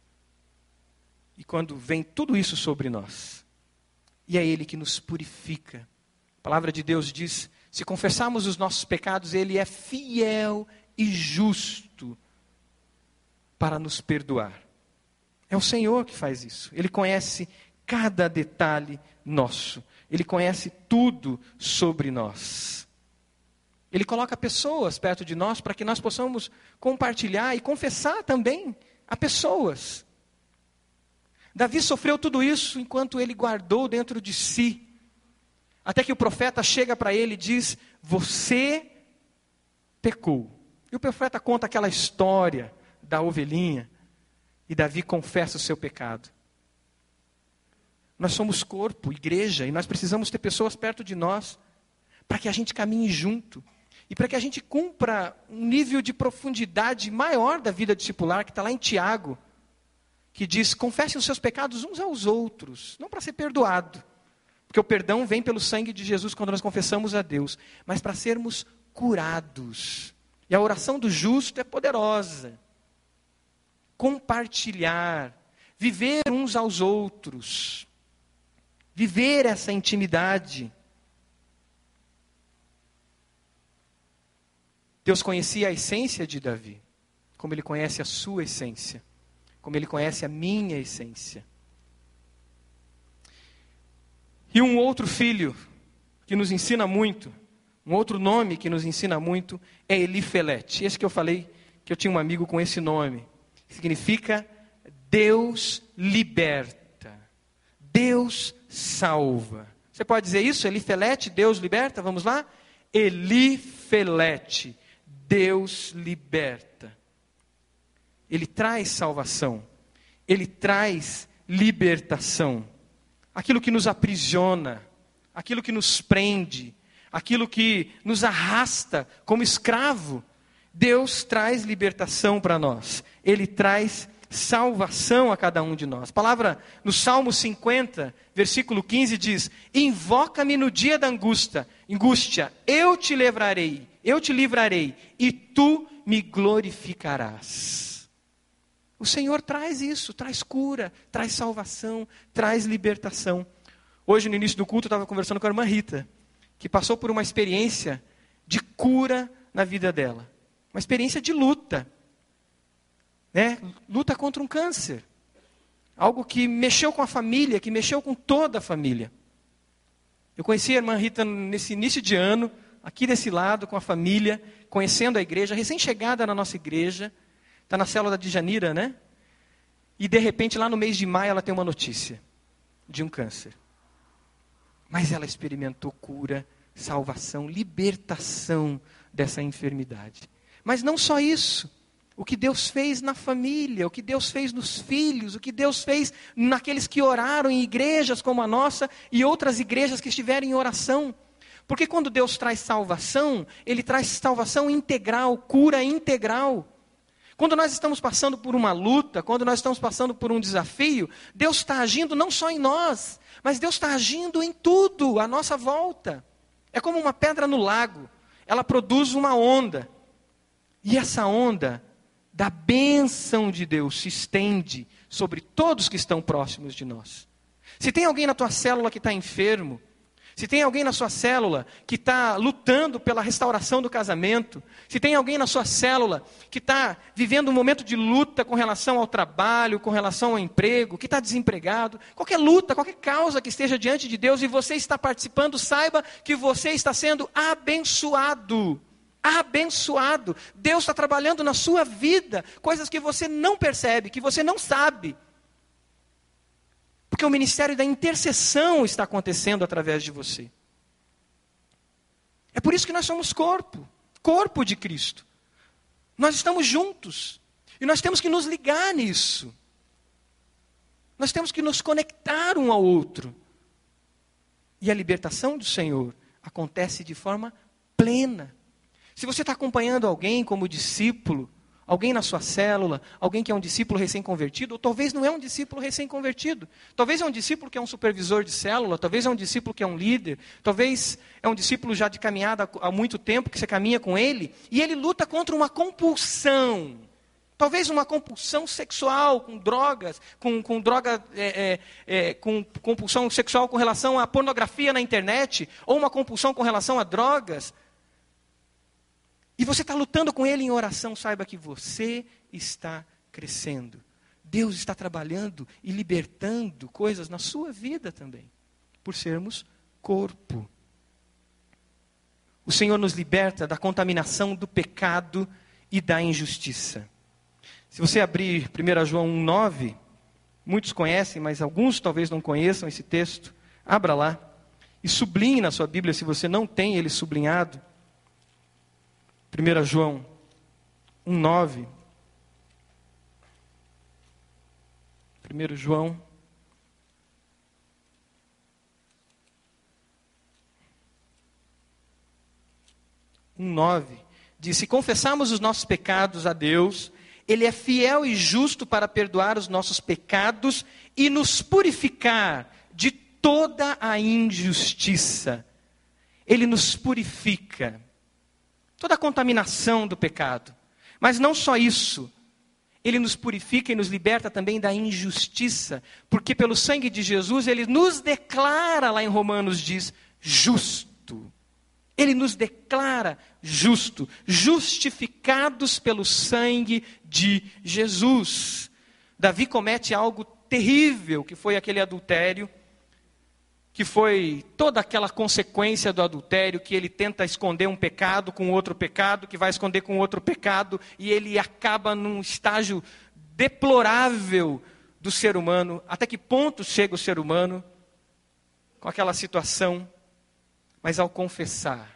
e quando vem tudo isso sobre nós. E é ele que nos purifica. A palavra de Deus diz, se confessarmos os nossos pecados, ele é fiel e justo para nos perdoar. É o Senhor que faz isso. Ele conhece cada detalhe nosso. Ele conhece tudo sobre nós. Ele coloca pessoas perto de nós para que nós possamos compartilhar e confessar também a pessoas. Davi sofreu tudo isso enquanto ele guardou dentro de si. Até que o profeta chega para ele e diz, você pecou. E o profeta conta aquela história da ovelhinha. E Davi confessa o seu pecado. Nós somos corpo, igreja, e nós precisamos ter pessoas perto de nós para que a gente caminhe junto. E para que a gente cumpra um nível de profundidade maior da vida discipular, que está lá em Tiago, que diz, confessem os seus pecados uns aos outros, não para ser perdoado, porque o perdão vem pelo sangue de Jesus quando nós confessamos a Deus, mas para sermos curados. E a oração do justo é poderosa. Compartilhar, viver uns aos outros, viver essa intimidade. Deus conhecia a essência de Davi, como ele conhece a sua essência, como ele conhece a minha essência. E um outro filho que nos ensina muito, um outro nome que nos ensina muito, é Elifelete. Esse que eu falei, que eu tinha um amigo com esse nome. Significa Deus liberta, Deus salva. Você pode dizer isso? Elifelete, Deus liberta? Vamos lá? Elifelete, Deus liberta. Ele traz salvação, ele traz libertação. Aquilo que nos aprisiona, aquilo que nos prende, aquilo que nos arrasta como escravo, Deus traz libertação para nós. Ele traz salvação a cada um de nós. A palavra no Salmo 50, versículo 15 diz, invoca-me no dia da angústia, eu te livrarei, e tu me glorificarás. O Senhor traz isso, traz cura, traz salvação, traz libertação. Hoje, no início do culto, eu estava conversando com a irmã Rita, que passou por uma experiência de cura na vida dela. Uma experiência de luta. Né? Luta contra um câncer. Algo que mexeu com a família, que mexeu com toda a família. Eu conheci a irmã Rita nesse início de ano, aqui desse lado, com a família, conhecendo a igreja, recém-chegada na nossa igreja. Está na célula de Janira, né? E de repente, lá no mês de maio, ela tem uma notícia de um câncer. Mas ela experimentou cura, salvação, libertação dessa enfermidade. Mas não só isso. O que Deus fez na família, o que Deus fez nos filhos, o que Deus fez naqueles que oraram em igrejas como a nossa e outras igrejas que estiverem em oração. Porque quando Deus traz salvação, Ele traz salvação integral, cura integral. Quando nós estamos passando por uma luta, quando nós estamos passando por um desafio, Deus está agindo não só em nós, mas Deus está agindo em tudo à nossa volta. É como uma pedra no lago, ela produz uma onda. E essa onda da bênção de Deus se estende sobre todos que estão próximos de nós. Se tem alguém na tua célula que está enfermo, se tem alguém na sua célula que está lutando pela restauração do casamento, se tem alguém na sua célula que está vivendo um momento de luta com relação ao trabalho, com relação ao emprego, que está desempregado, qualquer luta, qualquer causa que esteja diante de Deus e você está participando, saiba que você está sendo abençoado. Abençoado. Deus está trabalhando na sua vida, coisas que você não percebe, que você não sabe. Porque o ministério da intercessão está acontecendo através de você. É por isso que nós somos corpo de Cristo. Nós estamos juntos. E nós temos que nos ligar nisso. Nós temos que nos conectar um ao outro. E a libertação do Senhor acontece de forma plena. Se você está acompanhando alguém como discípulo, alguém na sua célula, alguém que é um discípulo recém-convertido, ou talvez não é um discípulo recém-convertido. Talvez é um discípulo que é um supervisor de célula, talvez é um discípulo que é um líder, talvez é um discípulo já de caminhada há muito tempo, que você caminha com ele, e ele luta contra uma compulsão. Talvez uma compulsão sexual, com drogas, com compulsão sexual com relação à pornografia na internet, ou uma compulsão com relação a drogas. E você está lutando com ele em oração, saiba que você está crescendo. Deus está trabalhando e libertando coisas na sua vida também, por sermos corpo. O Senhor nos liberta da contaminação do pecado e da injustiça. Se você abrir 1 João 1,9, muitos conhecem, mas alguns talvez não conheçam esse texto. Abra lá e sublinhe na sua Bíblia, se você não tem ele sublinhado. 1 João 1,9. 1 João 1,9 diz: se confessarmos os nossos pecados a Deus, Ele é fiel e justo para perdoar os nossos pecados e nos purificar de toda a injustiça. Ele nos purifica. Toda a contaminação do pecado. Mas não só isso. Ele nos purifica e nos liberta também da injustiça. Porque pelo sangue de Jesus, Ele nos declara, lá em Romanos diz, justo. Ele nos declara justo. Justificados pelo sangue de Jesus. Davi comete algo terrível, que foi aquele adultério. Que foi toda aquela consequência do adultério, que ele tenta esconder um pecado com outro pecado, que vai esconder com outro pecado, e ele acaba num estágio deplorável do ser humano. Até que ponto chega o ser humano com aquela situação? Mas ao confessar,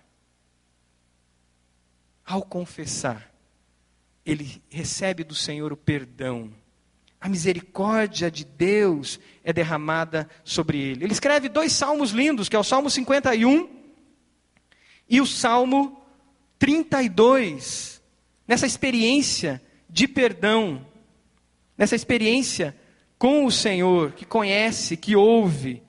ele recebe do Senhor o perdão. A misericórdia de Deus é derramada sobre ele. Ele escreve 2 salmos lindos, que é o Salmo 51 e o Salmo 32. Nessa experiência de perdão, nessa experiência com o Senhor, que conhece, que ouve.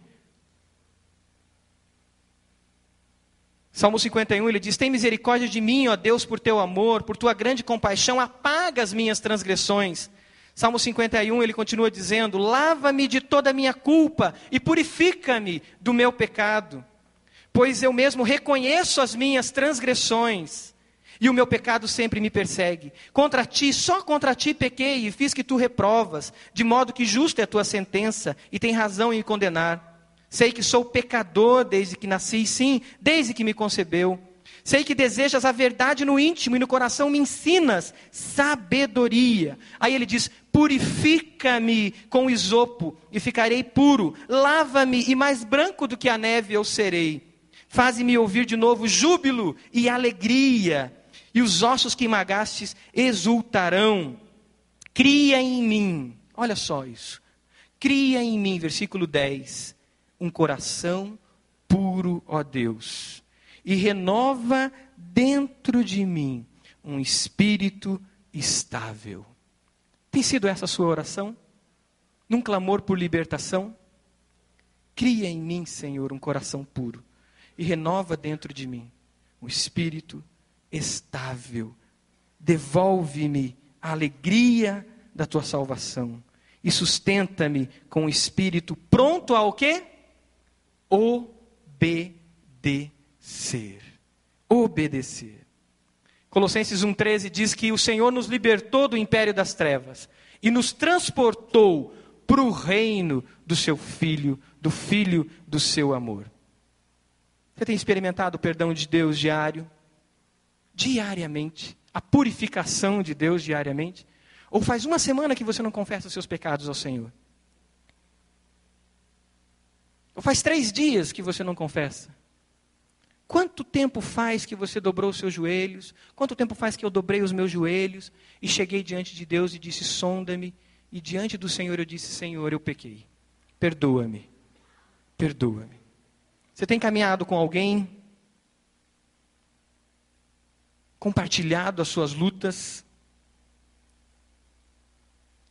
Salmo 51, ele diz: tem misericórdia de mim, ó Deus, por teu amor, por tua grande compaixão, apaga as minhas transgressões. Salmo 51, ele continua dizendo: lava-me de toda a minha culpa e purifica-me do meu pecado. Pois eu mesmo reconheço as minhas transgressões e o meu pecado sempre me persegue. Contra ti, só contra ti pequei e fiz que tu reprovas, de modo que justa é a tua sentença e tem razão em me condenar. Sei que sou pecador desde que nasci, sim, desde que me concebeu. Sei que desejas a verdade no íntimo e no coração me ensinas sabedoria. Aí ele diz: purifica-me com isopo e ficarei puro. Lava-me e mais branco do que a neve eu serei. Faze-me ouvir de novo júbilo e alegria. E os ossos que esmagastes exultarão. Cria em mim, olha só isso. Cria em mim, versículo 10, um coração puro, ó Deus. E renova dentro de mim um espírito estável. Tem sido essa a sua oração? Num clamor por libertação? Cria em mim, Senhor, um coração puro. E renova dentro de mim um espírito estável. Devolve-me a alegria da tua salvação. E sustenta-me com um espírito pronto ao quê? Obedecer. Colossenses 1,13 diz que o Senhor nos libertou do império das trevas e nos transportou para o reino do seu Filho, do Filho do seu amor. Você tem experimentado o perdão de Deus diariamente? A purificação de Deus diariamente? Ou faz uma semana que você não confessa os seus pecados ao Senhor? Ou faz 3 dias que você não confessa? Quanto tempo faz que você dobrou os seus joelhos? Quanto tempo faz que eu dobrei os meus joelhos e cheguei diante de Deus e disse: sonda-me? E diante do Senhor eu disse: Senhor, eu pequei. Perdoa-me. Perdoa-me. Você tem caminhado com alguém? Compartilhado as suas lutas?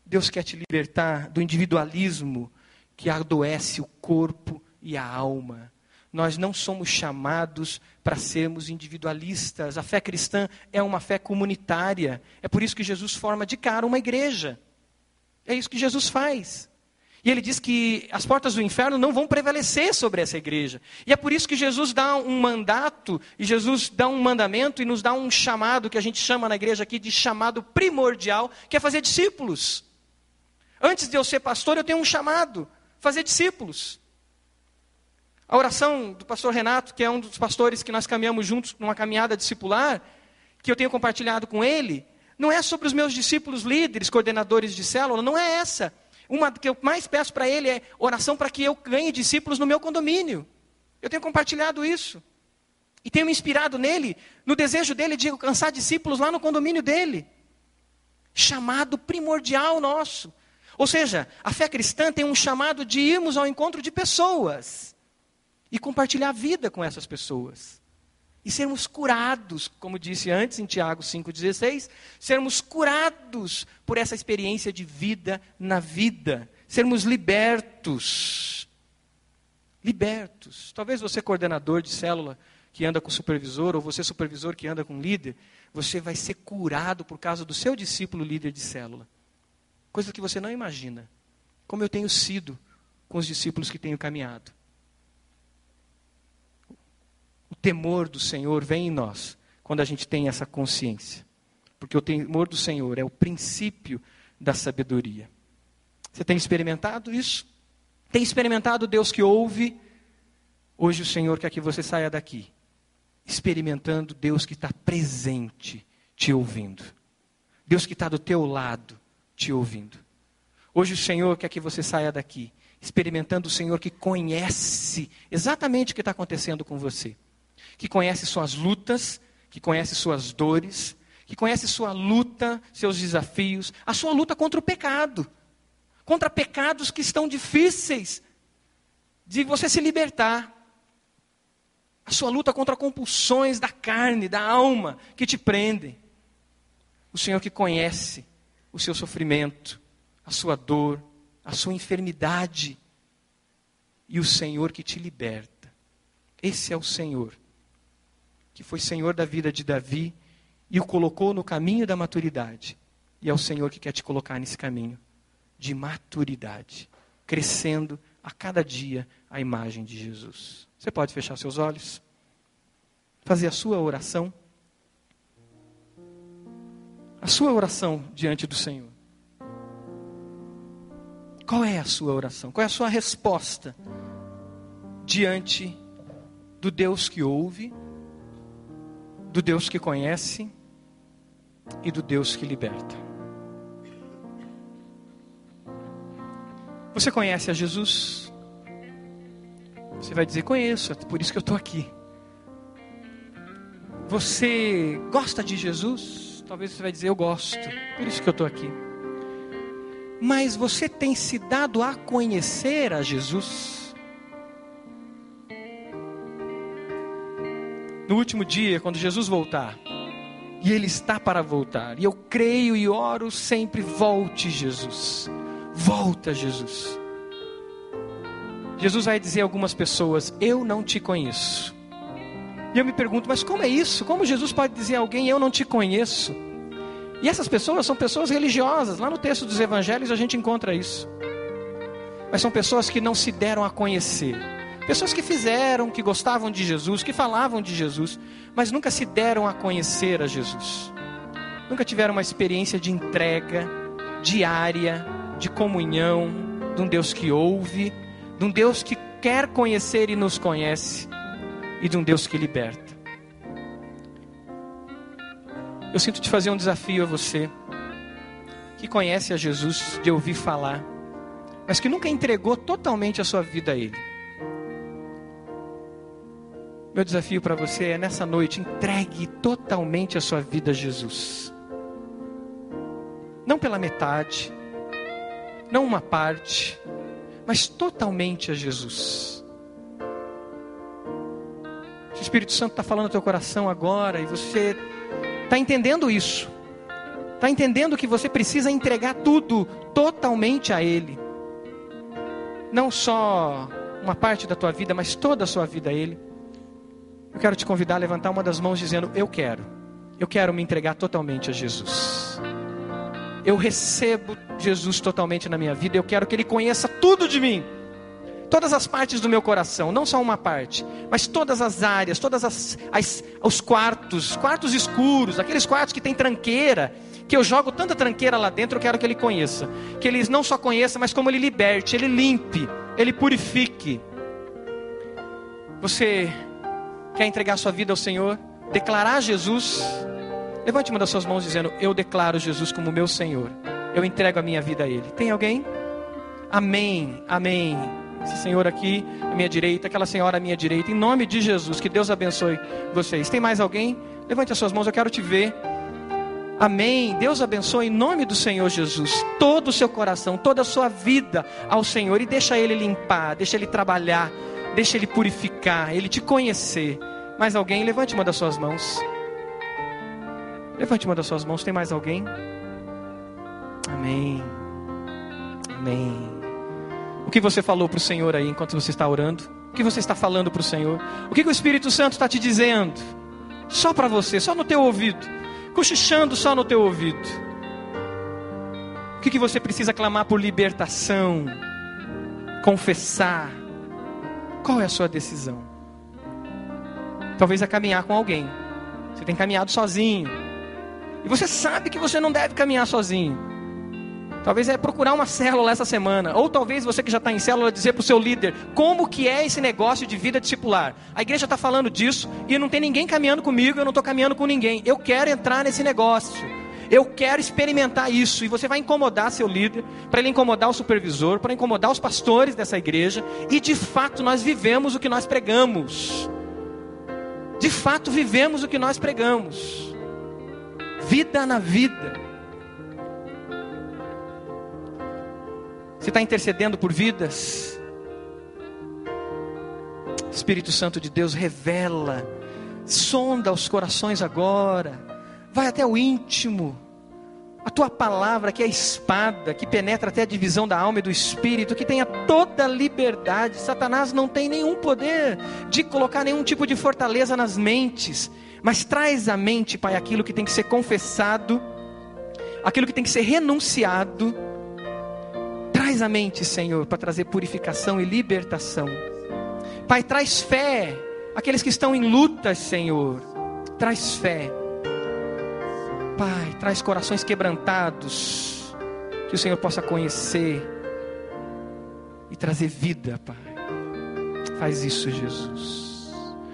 Deus quer te libertar do individualismo que adoece o corpo e a alma. Nós não somos chamados para sermos individualistas. A fé cristã é uma fé comunitária. É por isso que Jesus forma de cara uma igreja. É isso que Jesus faz. E ele diz que as portas do inferno não vão prevalecer sobre essa igreja. E é por isso que Jesus dá um mandato, e Jesus dá um mandamento e nos dá um chamado, que a gente chama na igreja aqui de chamado primordial, que é fazer discípulos. Antes de eu ser pastor, eu tenho um chamado, fazer discípulos. A oração do pastor Renato, que é um dos pastores que nós caminhamos juntos numa caminhada discipular, que eu tenho compartilhado com ele, não é sobre os meus discípulos líderes, coordenadores de célula, não é essa. Uma que eu mais peço para ele é oração para que eu ganhe discípulos no meu condomínio. Eu tenho compartilhado isso. E tenho me inspirado nele, no desejo dele de alcançar discípulos lá no condomínio dele. Chamado primordial nosso. Ou seja, a fé cristã tem um chamado de irmos ao encontro de pessoas. E compartilhar a vida com essas pessoas. E sermos curados, como disse antes em Tiago 5,16, sermos curados por essa experiência de vida na vida. Sermos libertos. Libertos. Talvez você coordenador de célula que anda com supervisor, ou você supervisor que anda com líder, você vai ser curado por causa do seu discípulo líder de célula. Coisa que você não imagina. Como eu tenho sido com os discípulos que tenho caminhado. O temor do Senhor vem em nós, quando a gente tem essa consciência. Porque o temor do Senhor é o princípio da sabedoria. Você tem experimentado isso? Tem experimentado Deus que ouve? Hoje o Senhor quer que você saia daqui, experimentando Deus que está presente, te ouvindo. Deus que está do teu lado, te ouvindo. Hoje o Senhor quer que você saia daqui, experimentando o Senhor que conhece exatamente o que está acontecendo com você. Que conhece suas lutas, que conhece suas dores, que conhece sua luta, seus desafios, a sua luta contra o pecado, contra pecados que estão difíceis de você se libertar, a sua luta contra compulsões da carne, da alma, que te prendem. O Senhor que conhece o seu sofrimento, a sua dor, a sua enfermidade, e o Senhor que te liberta. Esse é o Senhor que foi Senhor da vida de Davi e o colocou no caminho da maturidade. E é o Senhor que quer te colocar nesse caminho de maturidade, crescendo a cada dia a imagem de Jesus. Você pode fechar seus olhos, fazer a sua oração diante do Senhor. Qual é a sua oração? Qual é a sua resposta diante do Deus que ouve, do Deus que conhece e do Deus que liberta? Você conhece a Jesus? Você vai dizer, conheço, é por isso que eu estou aqui. Você gosta de Jesus? Talvez você vai dizer, eu gosto, por isso que eu estou aqui. Mas você tem se dado a conhecer a Jesus? No último dia, quando Jesus voltar, e Ele está para voltar, e eu creio e oro sempre, volte Jesus, volta Jesus. Jesus vai dizer a algumas pessoas, eu não te conheço. E eu me pergunto, mas como é isso? Como Jesus pode dizer a alguém, eu não te conheço? E essas pessoas são pessoas religiosas, lá no texto dos evangelhos a gente encontra isso. Mas são pessoas que não se deram a conhecer. Pessoas que fizeram, que gostavam de Jesus, que falavam de Jesus, mas nunca se deram a conhecer a Jesus. Nunca tiveram uma experiência de entrega diária, de comunhão, de um Deus que ouve, de um Deus que quer conhecer e nos conhece, e de um Deus que liberta. Eu sinto te fazer um desafio a você, que conhece a Jesus de ouvir falar, mas que nunca entregou totalmente a sua vida a Ele. Meu desafio para você é nessa noite, entregue totalmente a sua vida a Jesus. Não pela metade, não uma parte, mas totalmente a Jesus. O Espírito Santo está falando no teu coração agora e você está entendendo isso. Está entendendo que você precisa entregar tudo totalmente a Ele. Não só uma parte da tua vida, mas toda a sua vida a Ele. Eu quero te convidar a levantar uma das mãos dizendo: eu quero me entregar totalmente a Jesus. Eu recebo Jesus totalmente na minha vida. Eu quero que Ele conheça tudo de mim. Todas as partes do meu coração, não só uma parte, mas todas as áreas, os quartos escuros, aqueles quartos que tem tranqueira, que eu jogo tanta tranqueira lá dentro. Eu quero que Ele conheça. Que Ele não só conheça, mas como Ele liberte, Ele limpe, Ele purifique. Você quer entregar sua vida ao Senhor? Declarar Jesus? Levante uma das suas mãos dizendo: eu declaro Jesus como meu Senhor. Eu entrego a minha vida a Ele. Tem alguém? Amém, amém. Esse senhor aqui à minha direita, aquela senhora à minha direita, em nome de Jesus, que Deus abençoe vocês. Tem mais alguém? Levante as suas mãos, eu quero te ver. Amém. Deus abençoe em nome do Senhor Jesus todo o seu coração, toda a sua vida ao Senhor, e deixa Ele limpar, deixa Ele trabalhar, deixa Ele purificar, Ele te conhecer. Mais alguém? Levante uma das suas mãos. Levante uma das suas mãos. Tem mais alguém? Amém. Amém. O que você falou para o Senhor aí enquanto você está orando? O que você está falando para o Senhor? O que o Espírito Santo está te dizendo? Só para você, só no teu ouvido, cochichando só no teu ouvido. O que você precisa clamar por libertação? Confessar? Qual é a sua decisão? Talvez é caminhar com alguém. Você tem caminhado sozinho, e você sabe que você não deve caminhar sozinho. Talvez é procurar uma célula essa semana. Ou talvez você que já está em célula dizer para o seu líder: como que é esse negócio de vida discipular? A igreja está falando disso e não tem ninguém caminhando comigo, eu não estou caminhando com ninguém. Eu quero entrar nesse negócio. Eu quero experimentar isso. E você vai incomodar seu líder, para ele incomodar o supervisor, para incomodar os pastores dessa igreja. E de fato nós vivemos o que nós pregamos. De fato vivemos o que nós pregamos. Vida na vida. Você está intercedendo por vidas? Espírito Santo de Deus, revela, sonda os corações agora, vai até o íntimo. A tua palavra, que é a espada, que penetra até a divisão da alma e do espírito, que tenha toda a liberdade. Satanás não tem nenhum poder de colocar nenhum tipo de fortaleza nas mentes, mas traz à mente, Pai, aquilo que tem que ser confessado, aquilo que tem que ser renunciado. Traz à mente, Senhor, para trazer purificação e libertação. Pai, traz fé àqueles que estão em lutas, Senhor. Traz fé. Pai, traz corações quebrantados, que o Senhor possa conhecer e trazer vida, Pai. Faz isso, Jesus.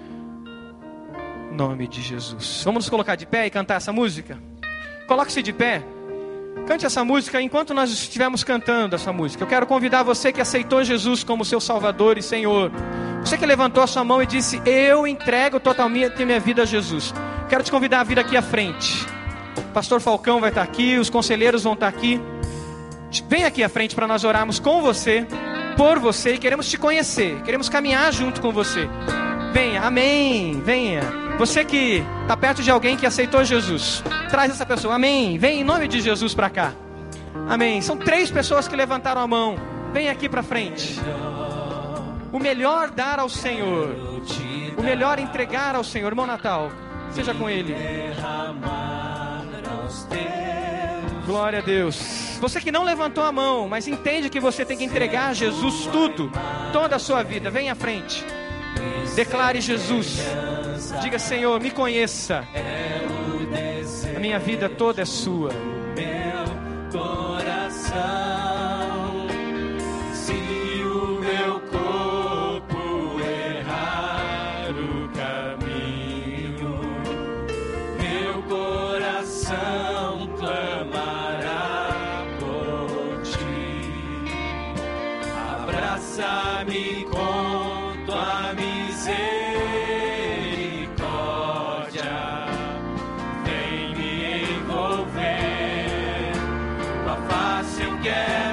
Em nome de Jesus. Vamos nos colocar de pé e cantar essa música? Coloque-se de pé. Cante essa música enquanto nós estivermos cantando essa música. Eu quero convidar você que aceitou Jesus como seu Salvador e Senhor. Você que levantou a sua mão e disse: eu entrego totalmente minha vida a Jesus. Quero te convidar a vir aqui à frente. O pastor Falcão vai estar aqui, os conselheiros vão estar aqui. Vem aqui à frente para nós orarmos com você, por você, e queremos te conhecer. Queremos caminhar junto com você. Venha, amém, venha. Você que está perto de alguém que aceitou Jesus, traz essa pessoa, amém. Vem em nome de Jesus para cá, amém. São 3 pessoas que levantaram a mão. Vem aqui para frente. O melhor dar ao Senhor, o melhor entregar ao Senhor. Irmão Natal, seja com Ele. Glória a Deus. Você que não levantou a mão, mas entende que você tem que entregar a Jesus tudo, toda a sua vida, vem à frente. Declare Jesus. Diga: Senhor, me conheça. A minha vida toda é sua. Meu coração, se o meu corpo errar o caminho, meu coração clamará por ti. Abraça-me com tua misericórdia. Vem me envolver, tua face eu quero.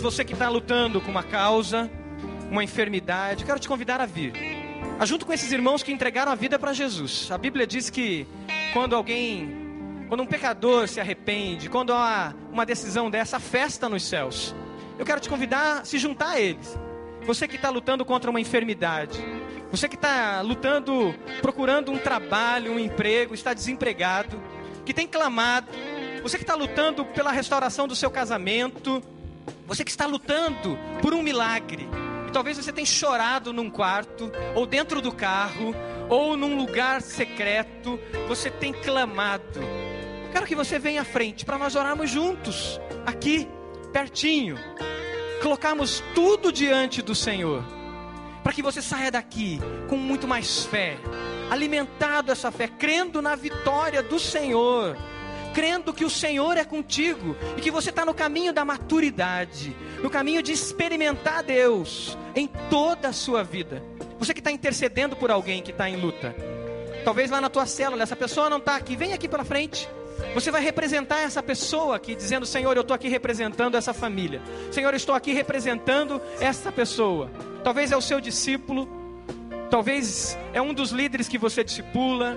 você que está lutando com uma causa, uma enfermidade, eu quero te convidar a vir. Junto com esses irmãos que entregaram a vida para Jesus. A Bíblia diz que quando um pecador se arrepende, quando há uma decisão dessa, festa nos céus. Eu quero te convidar a se juntar a eles. Você que está lutando contra uma enfermidade, você que está lutando, procurando um trabalho, um emprego, está desempregado, que tem clamado, você que está lutando pela restauração do seu casamento, você que está lutando por um milagre, e talvez você tenha chorado num quarto, ou dentro do carro, ou num lugar secreto, você tem clamado. Quero que você venha à frente para nós orarmos juntos, aqui, pertinho, colocarmos tudo diante do Senhor, para que você saia daqui com muito mais fé, alimentado essa fé, crendo na vitória do Senhor, crendo que o Senhor é contigo, e que você está no caminho da maturidade, no caminho de experimentar Deus, em toda a sua vida. Você que está intercedendo por alguém que está em luta, talvez lá na tua célula, essa pessoa não está aqui, vem aqui pela frente. Você vai representar essa pessoa aqui, dizendo: Senhor, eu estou aqui representando essa família. Senhor, eu estou aqui representando essa pessoa. Talvez é o seu discípulo, talvez é um dos líderes que você discipula,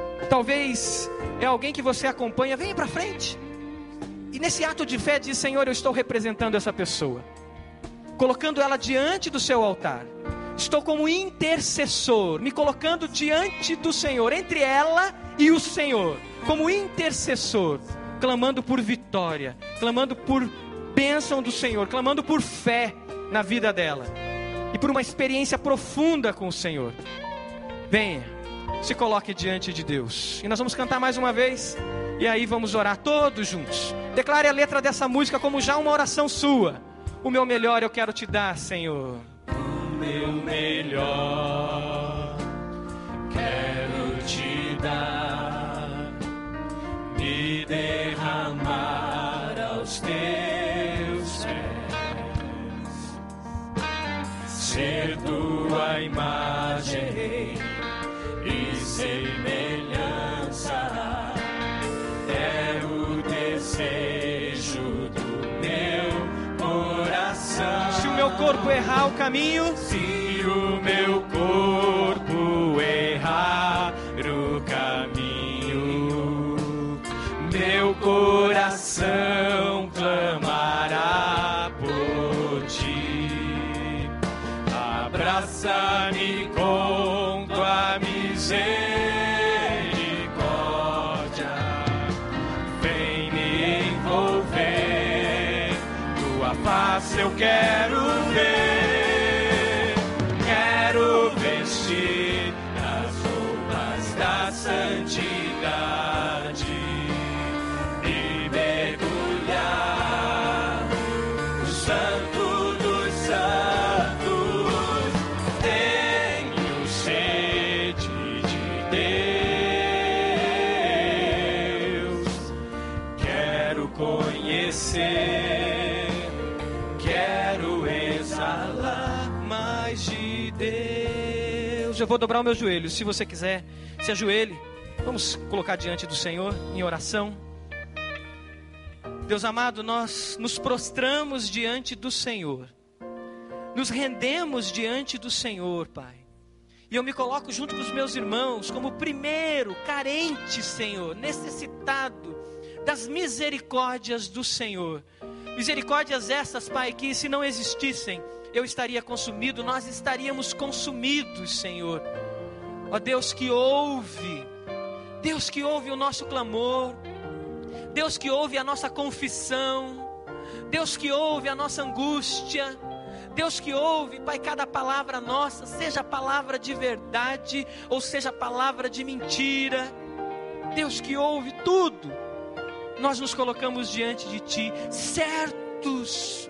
talvez é alguém que você acompanha. Venha para frente. E nesse ato de fé diz: Senhor, eu estou representando essa pessoa, colocando ela diante do seu altar. Estou como intercessor, me colocando diante do Senhor, entre ela e o Senhor, como intercessor, clamando por vitória, clamando por bênção do Senhor, clamando por fé na vida dela, e por uma experiência profunda com o Senhor. Venha, se coloque diante de Deus, e nós vamos cantar mais uma vez, e aí vamos orar todos juntos. Declare a letra dessa música como já uma oração sua. O meu melhor eu quero te dar, Senhor. Meu melhor quero te dar, me derramar aos teus pés, ser tua imagem e semelhança, é o desejo do meu coração. Se o meu corpo errar o caminho, se o meu corpo errar o caminho, meu coração clamará por ti. Abraça-me com tua misericórdia, vem me envolver, tua face eu quero ver, quero vestir as roupas da santidade e mergulhar no santo dos santos. Tenho sede de Deus, quero conhecer, quero exalar mais de Deus. eu vou dobrar o meu joelho. Se você quiser, se ajoelhe. Vamos colocar diante do Senhor em oração. Deus amado, nós nos prostramos diante do Senhor, nos rendemos diante do Senhor, Pai. E eu me coloco junto com os meus irmãos como o primeiro carente, Senhor, necessitado das misericórdias do Senhor. Misericórdias essas, Pai, que se não existissem, eu estaria consumido, nós estaríamos consumidos, Senhor. Ó Deus que ouve, Deus que ouve o nosso clamor, Deus que ouve a nossa confissão, Deus que ouve a nossa angústia, Deus que ouve, Pai, cada palavra nossa, seja palavra de verdade ou seja palavra de mentira. Deus que ouve tudo. Nós nos colocamos diante de Ti, certos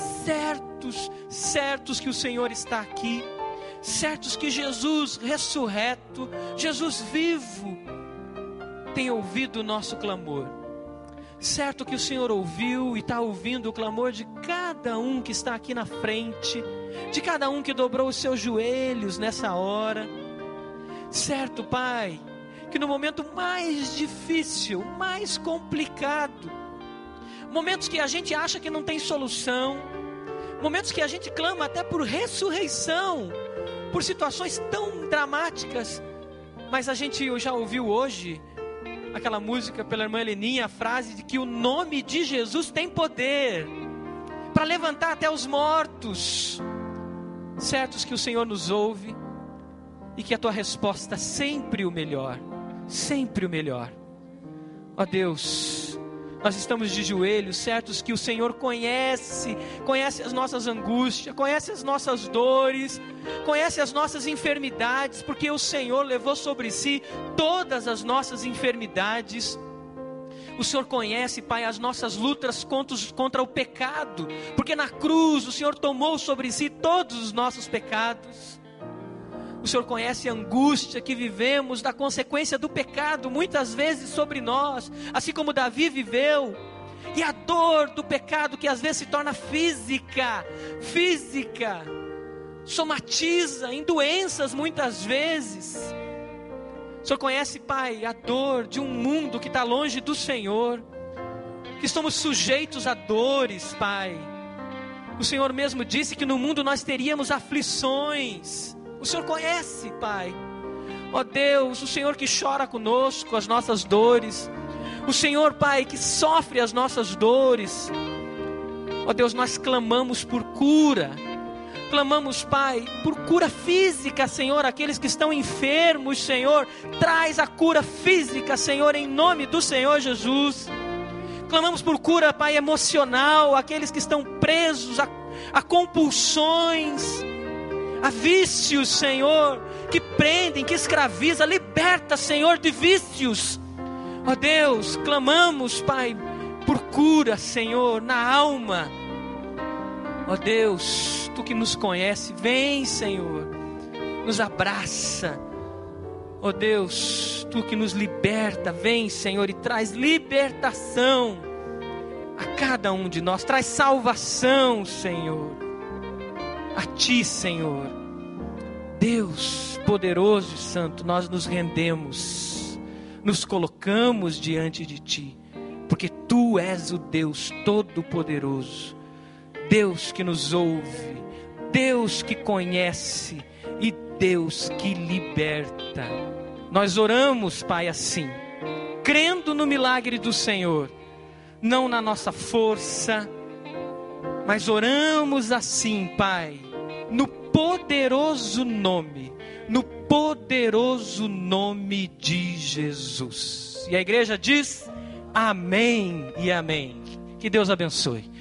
que o Senhor está aqui, certos que Jesus ressurreto, Jesus vivo, tem ouvido o nosso clamor. Certo que o Senhor ouviu e está ouvindo o clamor de cada um que está aqui na frente, de cada um que dobrou os seus joelhos nessa hora. Certo, Pai, que no momento mais difícil, mais complicado, momentos que a gente acha que não tem solução, Momentos que a gente clama até por ressurreição, por situações tão dramáticas. Mas a gente já ouviu hoje aquela música pela irmã Heleninha, a frase de que o nome de Jesus tem poder para levantar até os mortos. Certos que o Senhor nos ouve e que a tua resposta é sempre o melhor, sempre o melhor. Ó Deus, nós estamos de joelhos, certos que o Senhor conhece as nossas angústias, conhece as nossas dores, conhece as nossas enfermidades, porque o Senhor levou sobre si todas as nossas enfermidades. O Senhor conhece, Pai, as nossas lutas contra o pecado, porque na cruz o Senhor tomou sobre si todos os nossos pecados. O Senhor conhece a angústia que vivemos da consequência do pecado, muitas vezes sobre nós, assim como Davi viveu. E a dor do pecado que às vezes se torna física, somatiza em doenças muitas vezes. O Senhor conhece, Pai, a dor de um mundo que está longe do Senhor, que estamos sujeitos a dores, Pai. O Senhor mesmo disse que no mundo nós teríamos aflições. O Senhor conhece, Pai. Ó Deus, o Senhor que chora conosco as nossas dores, o Senhor, Pai, que sofre as nossas dores. Ó Deus, nós clamamos por cura. Clamamos, Pai, por cura física, Senhor, aqueles que estão enfermos, Senhor, traz a cura física, Senhor, em nome do Senhor Jesus. Clamamos por cura, Pai, emocional, aqueles que estão presos a compulsões, a vícios, Senhor, que prendem, que escravizam, liberta, Senhor, de vícios. Ó Deus, clamamos, Pai, por cura, Senhor, na alma. Ó Deus, Tu que nos conhece, vem, Senhor, nos abraça. Ó Deus, Tu que nos liberta, vem, Senhor, e traz libertação a cada um de nós, traz salvação, Senhor, a Ti, Senhor. Deus poderoso e santo, nós nos rendemos, nos colocamos diante de Ti, porque Tu és o Deus todo-poderoso, Deus que nos ouve, Deus que conhece e Deus que liberta. Nós oramos, Pai, assim, crendo no milagre do Senhor, não na nossa força, mas oramos assim, Pai, no poderoso nome de Jesus. E a igreja diz amém e amém. Que Deus abençoe.